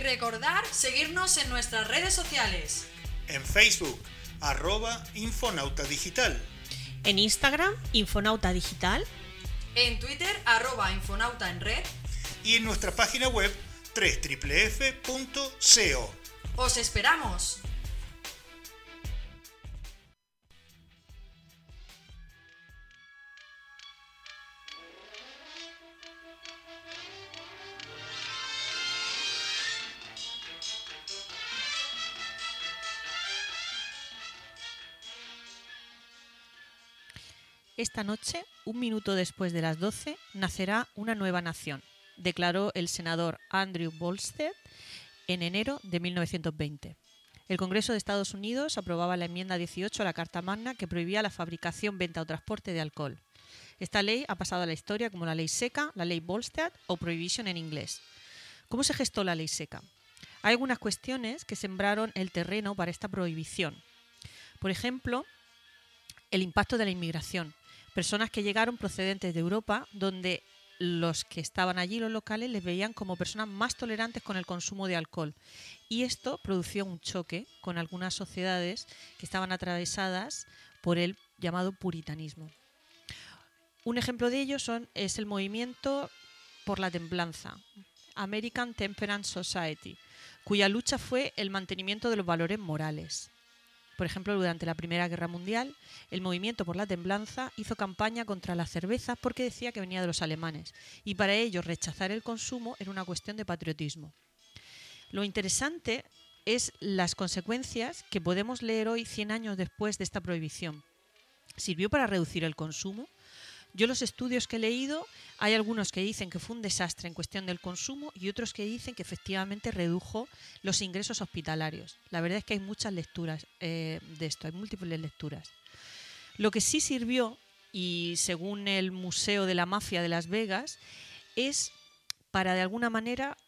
recordar seguirnos en nuestras redes sociales. En Facebook, @Infonauta Digital. En Instagram, Infonauta Digital. En Twitter, @Infonauta en red. Y en nuestra página web, www.co. ¡Os esperamos! Esta noche, 1 minuto después de las 12, nacerá una nueva nación, declaró el senador Andrew Volstead en enero de 1920. El Congreso de Estados Unidos aprobaba la enmienda 18 a la Carta Magna que prohibía la fabricación, venta o transporte de alcohol. Esta ley ha pasado a la historia como la Ley Seca, la Ley Volstead o Prohibition en inglés. ¿Cómo se gestó la Ley Seca? Hay algunas cuestiones que sembraron el terreno para esta prohibición. Por ejemplo, el impacto de la inmigración. Personas que llegaron procedentes de Europa, donde los que estaban allí, los locales, les veían como personas más tolerantes con el consumo de alcohol. Y esto produció un choque con algunas sociedades que estaban atravesadas por el llamado puritanismo. Un ejemplo de ello es el movimiento por la templanza, American Temperance Society, cuya lucha fue el mantenimiento de los valores morales. Por ejemplo, durante la Primera Guerra Mundial, el movimiento por la templanza hizo campaña contra la cerveza porque decía que venía de los alemanes, y para ellos rechazar el consumo era una cuestión de patriotismo. Lo interesante es las consecuencias que podemos leer hoy, 100 años después de esta prohibición. ¿Sirvió para reducir el consumo? Yo los estudios que he leído, hay algunos que dicen que fue un desastre en cuestión del consumo y otros que dicen que efectivamente redujo los ingresos hospitalarios. La verdad es que hay muchas lecturas de esto, hay múltiples lecturas. Lo que sí sirvió, y según el Museo de la Mafia de Las Vegas, es para de alguna manera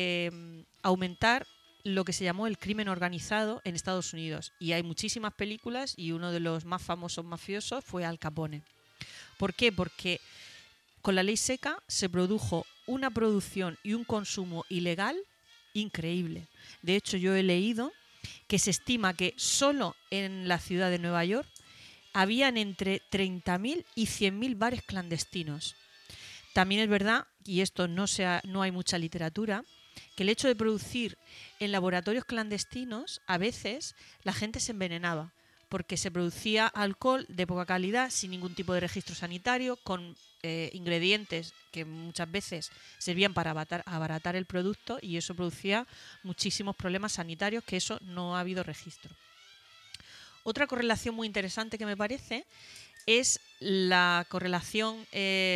aumentar lo que se llamó el crimen organizado en Estados Unidos. Y hay muchísimas películas y uno de los más famosos mafiosos fue Al Capone. ¿Por qué? Porque con la Ley Seca se produjo una producción y un consumo ilegal increíble. De hecho, yo he leído que se estima que solo en la ciudad de Nueva York habían entre 30.000 y 100.000 bares clandestinos. También es verdad, y esto no hay mucha literatura, que el hecho de producir en laboratorios clandestinos, a veces la gente se envenenaba, porque se producía alcohol de poca calidad, sin ningún tipo de registro sanitario, con ingredientes que muchas veces servían para abaratar el producto, y eso producía muchísimos problemas sanitarios, que eso no ha habido registro. Otra correlación muy interesante que me parece es la correlación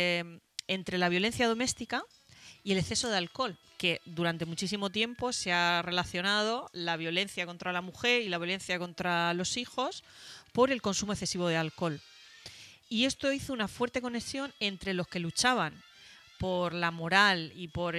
entre la violencia doméstica y el exceso de alcohol, que durante muchísimo tiempo se ha relacionado la violencia contra la mujer y la violencia contra los hijos por el consumo excesivo de alcohol. Y esto hizo una fuerte conexión entre los que luchaban por la moral y por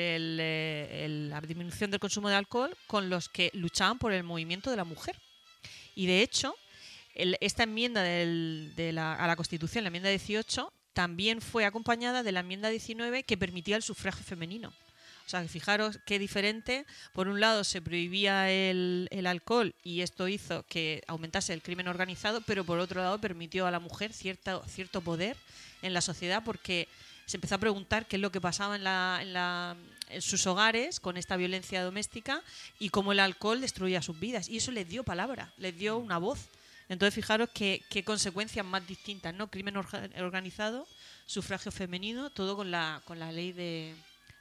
la disminución del consumo de alcohol con los que luchaban por el movimiento de la mujer. Y de hecho, esta enmienda a la Constitución, la enmienda 18, también fue acompañada de la enmienda 19 que permitía el sufragio femenino. O sea, fijaros qué diferente. Por un lado se prohibía el alcohol y esto hizo que aumentase el crimen organizado, pero por otro lado permitió a la mujer cierto poder en la sociedad, porque se empezó a preguntar qué es lo que pasaba en sus hogares con esta violencia doméstica y cómo el alcohol destruía sus vidas. Y eso les dio palabra, les dio una voz. Entonces, fijaros qué consecuencias más distintas, ¿no? Crimen organizado, sufragio femenino, todo con la ley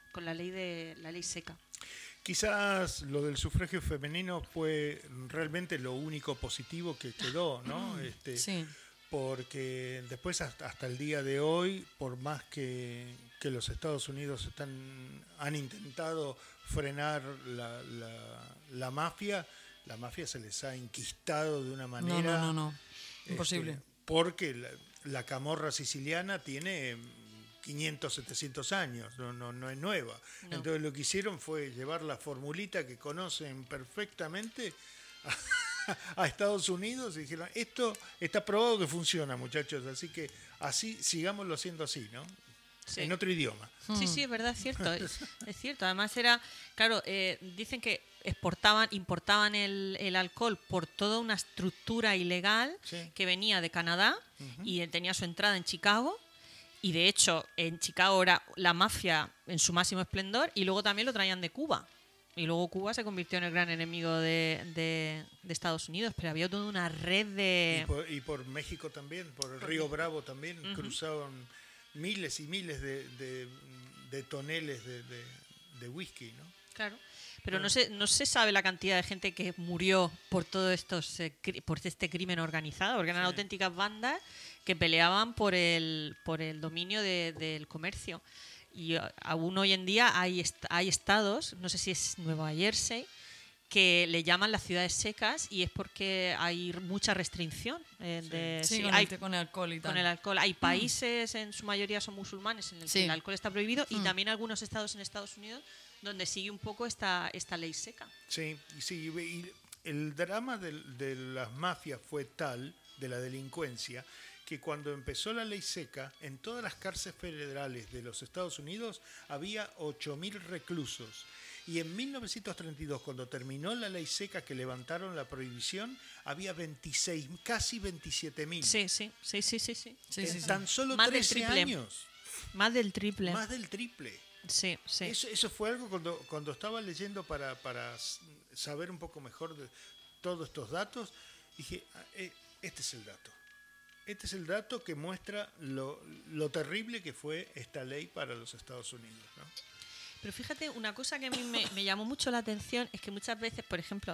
seca. Quizás lo del sufragio femenino fue realmente lo único positivo que quedó, ¿no? Sí. Porque después hasta el día de hoy, por más que los Estados Unidos han intentado frenar la mafia se les ha enquistado de una manera... No. Imposible. Porque la camorra siciliana tiene 500, 700 años, no es nueva. No. Entonces lo que hicieron fue llevar la formulita que conocen perfectamente a Estados Unidos y dijeron, esto está probado que funciona, muchachos, así que así sigámoslo haciendo así, ¿no? Sí. En otro idioma. Sí, es verdad, es cierto. Es cierto. Además era, claro, dicen que importaban el alcohol por toda una estructura ilegal que venía de Canadá y tenía su entrada en Chicago. Y de hecho, en Chicago era la mafia en su máximo esplendor y luego también lo traían de Cuba. Y luego Cuba se convirtió en el gran enemigo de Estados Unidos, pero había toda una red de... Y por México también, por el Río Bravo también, cruzaban miles y miles de toneles de whisky, ¿no? Claro, pero no se sabe la cantidad de gente que murió por todo por este crimen organizado, porque eran auténticas bandas que peleaban por el dominio del comercio. Y aún hoy en día hay estados, no sé si es Nueva Jersey, que le llaman las ciudades secas y es porque hay mucha restricción. Con el alcohol y tal. Con el alcohol. Hay países, en su mayoría son musulmanes, en el que el alcohol está prohibido y también algunos estados en Estados Unidos donde sigue un poco esta ley seca. Sí, y el drama de las mafias fue tal, de la delincuencia, que cuando empezó la ley seca, en todas las cárceles federales de los Estados Unidos había 8.000 reclusos. Y en 1932, cuando terminó la ley seca que levantaron la prohibición, había 26, casi 27.000. Sí. Tan solo más 13 años. Más del triple. Más del triple. Sí. Eso fue algo cuando estaba leyendo para saber un poco mejor de todos estos datos, dije, este es el dato. Este es el dato que muestra lo terrible que fue esta ley para los Estados Unidos, ¿no? Pero fíjate, una cosa que a mí me llamó mucho la atención es que muchas veces, por ejemplo,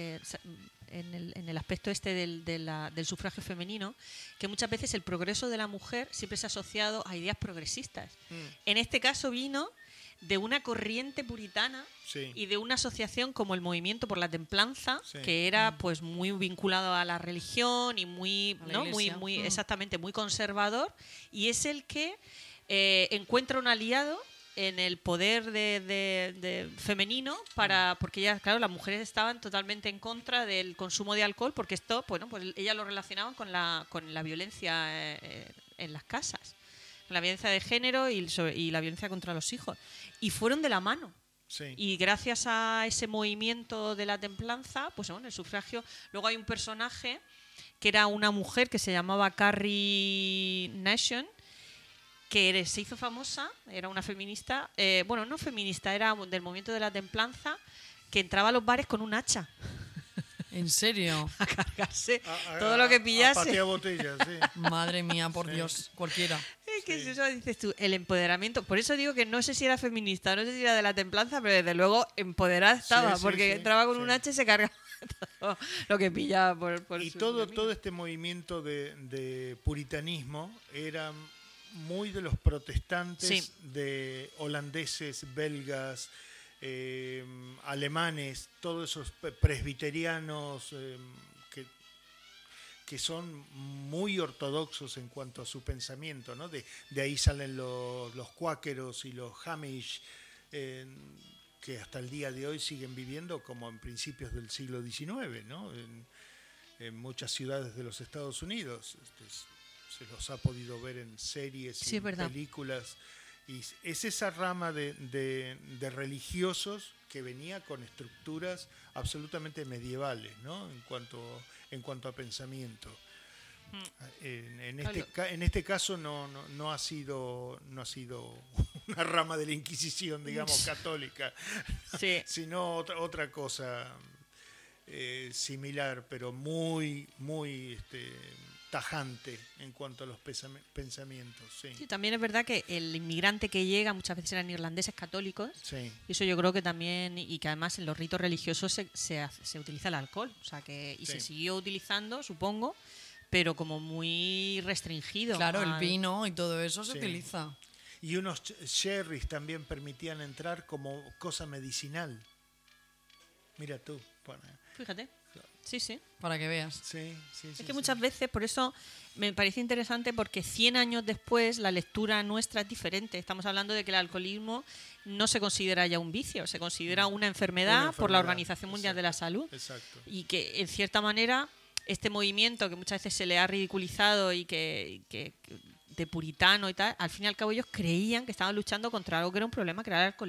en el aspecto del sufragio femenino, que muchas veces el progreso de la mujer siempre se ha asociado a ideas progresistas. En este caso vino de una corriente puritana y de una asociación como el Movimiento por la Templanza, que era pues muy vinculado a la religión y muy exactamente muy conservador, y es el que encuentra un aliado en el poder de femenino porque ya, claro, las mujeres estaban totalmente en contra del consumo de alcohol, porque esto, pues ellas lo relacionaban con la violencia en las casas, la violencia de género y la violencia contra los hijos, y fueron de la mano. Y gracias a ese movimiento de la templanza, pues el sufragio. Luego hay un personaje que era una mujer que se llamaba Carrie Nation, que se hizo famosa, era una feminista, no feminista, era del movimiento de la templanza, que entraba a los bares con un hacha. ¿En serio? A cargarse todo lo que pillase. A patear botellas, sí. Madre mía, por Dios, cualquiera. Es que eso dices tú, el empoderamiento. Por eso digo que no sé si era feminista, no sé si era de la templanza, pero desde luego empoderada estaba, porque entraba con un hacha y se cargaba todo lo que pillaba por y todo este movimiento de puritanismo era muy de los protestantes, de holandeses, belgas, alemanes, todos esos presbiterianos que son muy ortodoxos en cuanto a su pensamiento, ¿no? De ahí salen los cuáqueros y los Amish, que hasta el día de hoy siguen viviendo como en principios del siglo XIX, ¿no? En muchas ciudades de los Estados Unidos. Se los ha podido ver en series y en películas. Y es esa rama de religiosos que venía con estructuras absolutamente medievales, ¿no? En cuanto a pensamiento. En este caso no ha sido una rama de la Inquisición, digamos, católica, sino otra cosa similar, pero muy tajante en cuanto a los pensamientos. Sí, también es verdad que el inmigrante que llega muchas veces eran irlandeses católicos, y eso yo creo que también, y que además en los ritos religiosos se utiliza el alcohol, o sea que se siguió utilizando, supongo, pero como muy restringido. Claro, el vino y todo eso se utiliza. Y unos sherrys también permitían entrar como cosa medicinal. Mira tú. Fíjate. Sí. Para que veas. Es que muchas veces, por eso me parece interesante, porque 100 años después la lectura nuestra es diferente. Estamos hablando de que el alcoholismo no se considera ya un vicio, se considera una enfermedad por la Organización Mundial de la Salud. Exacto. Y que, en cierta manera, este movimiento que muchas veces se le ha ridiculizado y que de puritano y tal, al fin y al cabo ellos creían que estaban luchando contra algo que era un problema, que era el alcoholismo.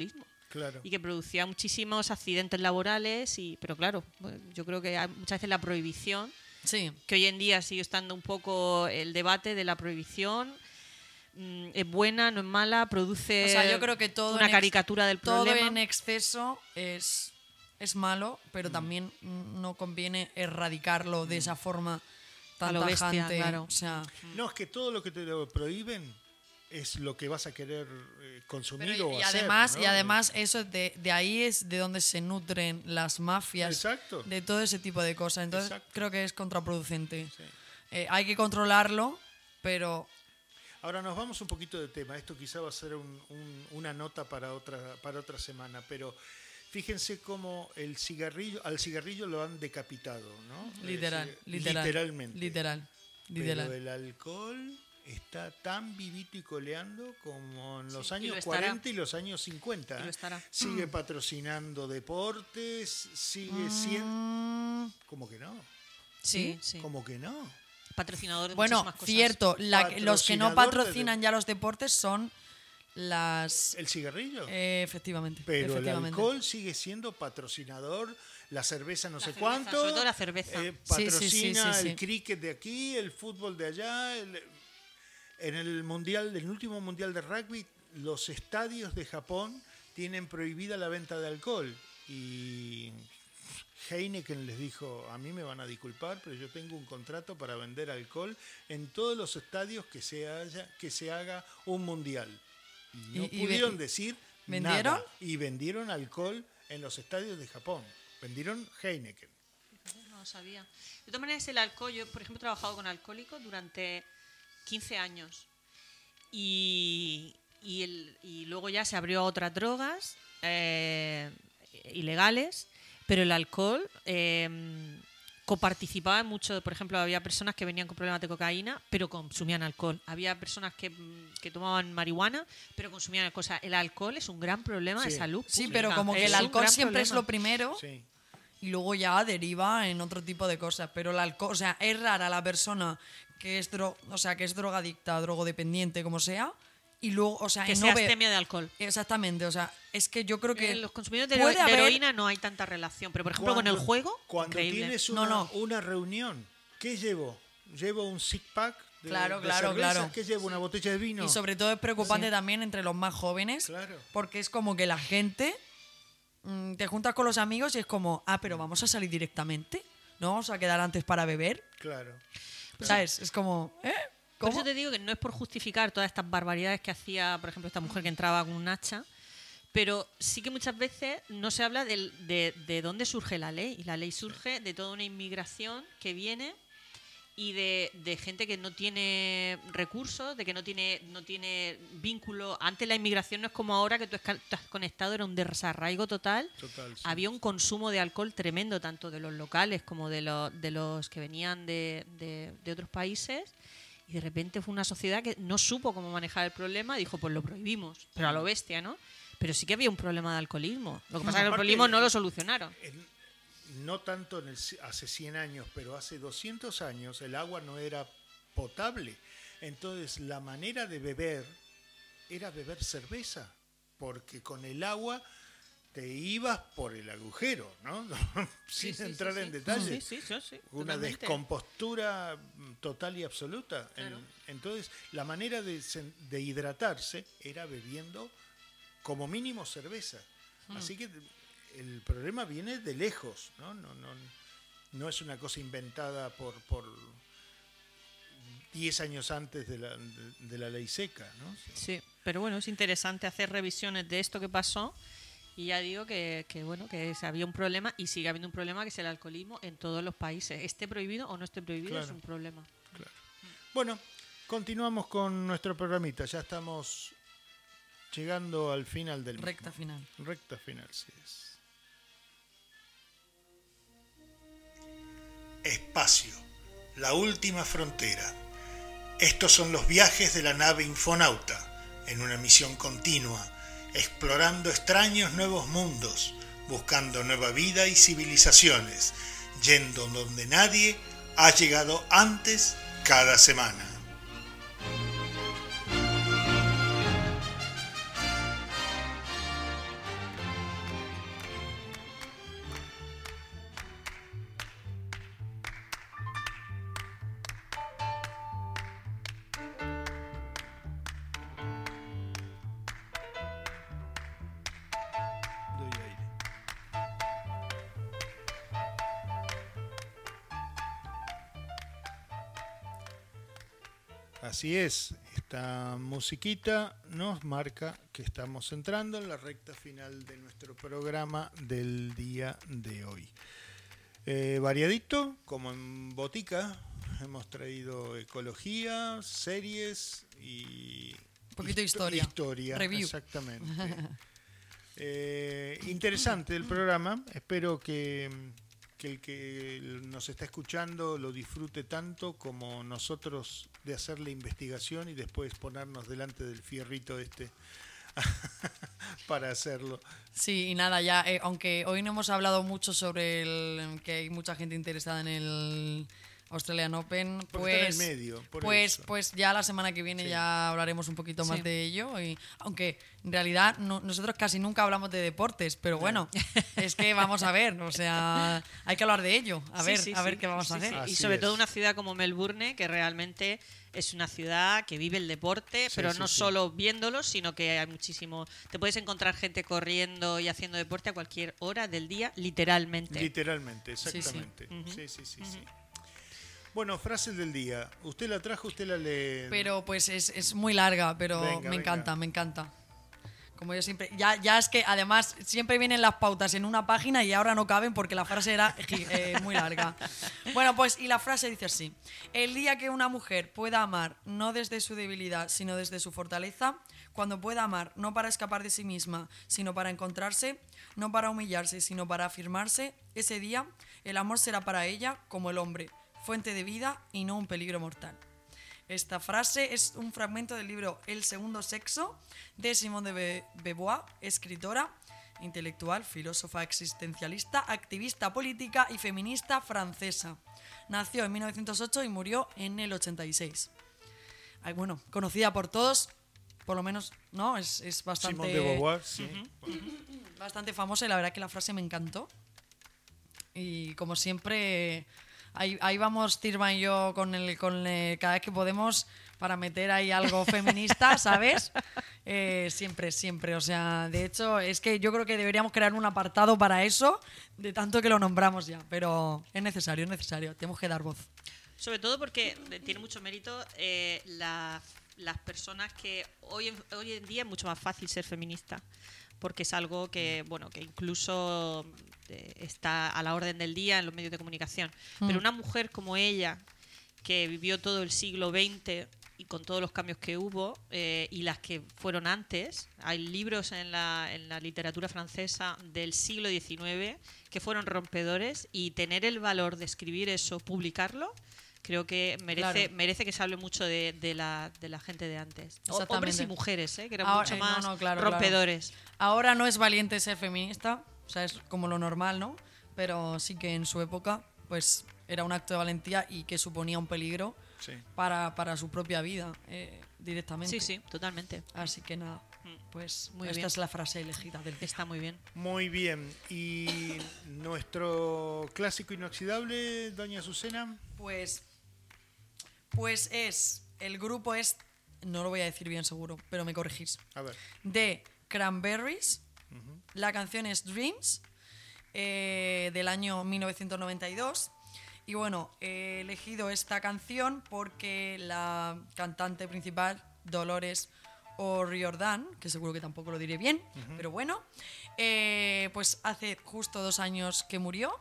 Claro. Y que producía muchísimos accidentes laborales. Pero claro, yo creo que hay muchas veces la prohibición, Sí. que hoy en día sigue estando un poco el debate de la prohibición. ¿Es buena, no es mala? ¿Produce O sea, yo creo que todo una en caricatura del todo problema? en exceso es malo, pero también no conviene erradicarlo de esa forma tan A lo bestia, tajante. claro. O sea, No, es que todo lo que te lo prohíben es lo que vas a querer consumir pero o hacer, ¿no? y además eso es de ahí es de donde se nutren las mafias, Exacto. de todo ese tipo de cosas. Entonces Exacto. creo que es contraproducente. Sí. Hay que controlarlo, pero Ahora nos vamos un poquito de tema. Esto quizá va a ser una nota para otra semana, pero fíjense cómo al cigarrillo lo han decapitado, ¿no? Literalmente. Literal. Pero el alcohol está tan vivito y coleando como en los Sí, y años lo estará. 40 y los años 50. Y lo estará. Sigue patrocinando deportes, sigue siendo... ¿Cómo que no? Sí. ¿Cómo que no? Patrocinador de bueno, muchísimas cosas. cierto, los que no Patrocinador patrocinan ya los deportes son las... El cigarrillo. efectivamente. Pero el efectivamente. alcohol sigue siendo patrocinador, la cerveza no sé cerveza, cuánto. sobre todo la cerveza. Patrocina Sí. el cricket de aquí, el fútbol de allá. En el último mundial de rugby, los estadios de Japón tienen prohibida la venta de alcohol. Y Heineken les dijo, a mí me van a disculpar, pero yo tengo un contrato para vender alcohol en todos los estadios que se haga un mundial. Y no pudieron decir ¿vendieron? nada. Y vendieron alcohol en los estadios de Japón. Vendieron Heineken. No lo sabía. De todas maneras, el alcohol, yo por ejemplo he trabajado con alcohólicos durante 15 años y luego ya se abrió a otras drogas ilegales, pero el alcohol coparticipaba en mucho. Por ejemplo, había personas que venían con problemas de cocaína pero consumían alcohol, había personas que tomaban marihuana pero consumían alcohol. O sea, el alcohol es un gran problema de Sí. salud Sí, pública. pero como que Es el un alcohol gran siempre es problema. lo primero Sí. y luego ya deriva en otro tipo de cosas. Pero el alcohol, o sea, es rara la persona que es drogadicta, drogodependiente, como sea, y luego, o sea, Que no sea ve- abstemia de alcohol. Exactamente, o sea, es que yo creo que En los consumidores puede de haber- heroína no hay tanta relación, pero por ejemplo con el juego, Cuando increíble. tienes No. una reunión, ¿qué llevo? ¿Llevo un six pack de Claro, de claro, cerveza? claro. ¿Qué llevo? ¿Una botella de vino? Y sobre todo es preocupante también entre los más jóvenes, Claro. porque es como que la gente te juntas con los amigos y es como, pero vamos a salir directamente, ¿no vamos a quedar antes para beber? Claro. ¿Sabes? Es como, Por ¿cómo? eso te digo que no es por justificar todas estas barbaridades que hacía, por ejemplo, esta mujer que entraba con un hacha, pero sí que muchas veces no se habla de dónde surge la ley. Y la ley surge de toda una inmigración que viene y de gente que no tiene recursos, de que no tiene vínculo. Antes la inmigración no es como ahora, que tú estás conectado, era un desarraigo total. Total, sí. Había un consumo de alcohol tremendo, tanto de los locales como de los que venían de otros países. Y de repente fue una sociedad que no supo cómo manejar el problema y dijo, pues lo prohibimos, pero a lo bestia, ¿no? Pero sí que había un problema de alcoholismo. Lo que pasa es que el Aparte, alcoholismo no lo solucionaron. No tanto hace 100 años, pero hace 200 años el agua no era potable. Entonces la manera de beber era beber cerveza, porque con el agua te ibas por el agujero, ¿no? Sin entrar en detalles. Sí, Una totalmente. descompostura total y absoluta. Claro. Entonces, la manera de hidratarse era bebiendo como mínimo cerveza. Así que el problema viene de lejos, ¿no? No es una cosa inventada por 10 años antes de la ley seca, ¿no? Sí, pero bueno, es interesante hacer revisiones de esto que pasó. Y ya digo que había un problema y sigue habiendo un problema, que es el alcoholismo en todos los países. Esté prohibido o no esté prohibido, Claro. es un problema. Claro. Bueno, continuamos con nuestro programita. Ya estamos llegando al final del mismo. Recta final. Recta final, sí es. Espacio, la última frontera. Estos son los viajes de la nave Infonauta, en una misión continua, explorando extraños nuevos mundos, buscando nueva vida y civilizaciones, yendo donde nadie ha llegado antes cada semana. Así es, esta musiquita nos marca que estamos entrando en la recta final de nuestro programa del día de hoy. Variadito, como en Botica, hemos traído ecología, series y... Un poquito de historia. Historia, review. Exactamente. Interesante el programa, espero que el que nos está escuchando lo disfrute tanto como nosotros de hacer la investigación y después ponernos delante del fierrito para hacerlo. Sí, y nada, ya, aunque hoy no hemos hablado mucho sobre que hay mucha gente interesada en el Australian Open, porque está en el medio, pues ya la semana que viene ya hablaremos un poquito más de ello. Y, aunque en realidad nosotros casi nunca hablamos de deportes, pero bueno, es que vamos a ver, o sea, hay que hablar de ello, a ver qué vamos a hacer. Y sobre todo una ciudad como Melbourne, que realmente es una ciudad que vive el deporte, pero no solo viéndolo, sino que hay muchísimo... Te puedes encontrar gente corriendo y haciendo deporte a cualquier hora del día, literalmente. Literalmente, exactamente. Sí. Bueno, frases del día. Usted la trajo, usted la lee. Pero pues es muy larga, pero me encanta. Como yo siempre... Ya es que además siempre vienen las pautas en una página y ahora no caben porque la frase era muy larga. Bueno, pues y la frase dice así. El día que una mujer pueda amar no desde su debilidad, sino desde su fortaleza, cuando pueda amar no para escapar de sí misma, sino para encontrarse, no para humillarse, sino para afirmarse, ese día el amor será para ella como el hombre, fuente de vida y no un peligro mortal. Esta frase es un fragmento del libro El segundo sexo de Simone de Beauvoir, escritora, intelectual, filósofa existencialista, activista política y feminista francesa. Nació en 1908 y murió en el 86. Bueno, conocida por todos, por lo menos, ¿no? Es bastante... Simone de Beauvoir, sí. Bastante famosa y la verdad que la frase me encantó. Y como siempre... Ahí vamos Tirma y yo con cada vez que podemos para meter ahí algo feminista, ¿sabes? Siempre. O sea, de hecho, es que yo creo que deberíamos crear un apartado para eso, de tanto que lo nombramos ya. Pero es necesario. Tenemos que dar voz. Sobre todo porque tiene mucho mérito las personas que hoy en día es mucho más fácil ser feminista. Porque es algo que, bueno, que incluso está a la orden del día en los medios de comunicación. Pero una mujer como ella, que vivió todo el siglo XX y con todos los cambios que hubo, y las que fueron antes, hay libros en la literatura francesa del siglo XIX que fueron rompedores, y tener el valor de escribir eso, publicarlo, creo que merece que se hable mucho de la gente de antes. Hombres y mujeres, que eran mucho más rompedores. Claro. Ahora no es valiente ser feminista, o sea, es como lo normal, ¿no? Pero sí que en su época, pues era un acto de valentía y que suponía un peligro para su propia vida, directamente. Sí, totalmente. Así que nada, pues esta es la frase elegida del día. Está muy bien. Muy bien. ¿Y nuestro clásico inoxidable, doña Azucena? Pues el grupo es, no lo voy a decir bien seguro, pero me corregís. A ver. De Cranberries. La canción es Dreams, del año 1992. Y bueno, he elegido esta canción porque la cantante principal, Dolores O'Riordan, que seguro que tampoco lo diré bien, pero bueno, pues hace justo 2 años que murió.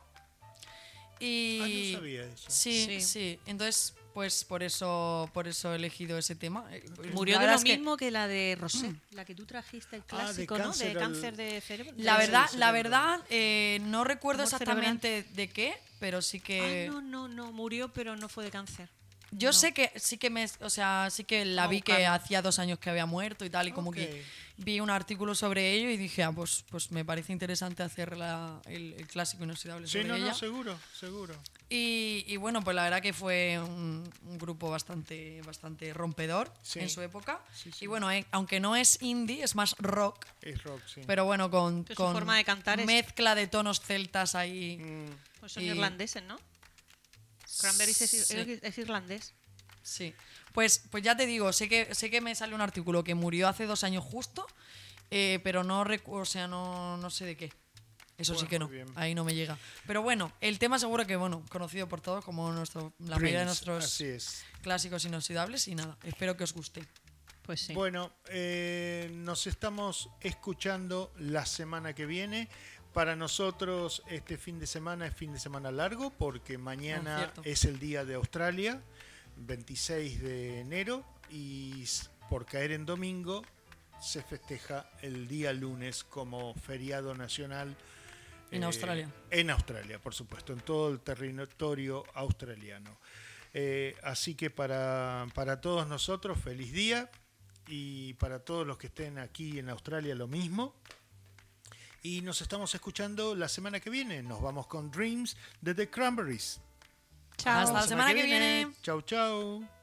Y no sabía eso. Sí. Entonces, pues por eso he elegido ese tema. Murió de lo mismo que la de Rosé, la que tú trajiste, el clásico, ¿no? De cáncer de cerebro. La verdad, no recuerdo exactamente de qué, pero sí que... No, murió, pero no fue de cáncer. Yo sé que sí que la vi que hacía 2 años que había muerto y tal, y como que vi un artículo sobre ello y dije, pues me parece interesante hacer el clásico inoxidable sobre ella. Sí, seguro. Y bueno, pues la verdad que fue un grupo bastante rompedor en su época. Sí. Y bueno, aunque no es indie, es más rock. Es rock, sí. Pero bueno, con forma de cantar mezcla de tonos celtas ahí. Pues son irlandeses, ¿no? Cranberries es irlandés. Sí. Pues ya te digo, sé que me sale un artículo que murió hace 2 años justo, pero no sé de qué. Eso Bueno, sí que no, muy bien. ahí no me llega. Pero bueno, el tema seguro que, bueno, conocido por todos como la mayoría de nuestros Así es. clásicos inoxidables y nada, espero que os guste. Pues sí. Bueno, nos estamos escuchando la semana que viene. Para nosotros este fin de semana es fin de semana largo porque mañana Cierto. es el día de Australia, 26 de enero, y por caer en domingo se festeja el día lunes como feriado nacional. En Australia. En Australia, por supuesto, en todo el territorio australiano. Así que para todos nosotros, feliz día. Y para todos los que estén aquí en Australia, lo mismo. Y nos estamos escuchando la semana que viene. Nos vamos con Dreams de The Cranberries. Hasta la semana que viene. Chau, chau.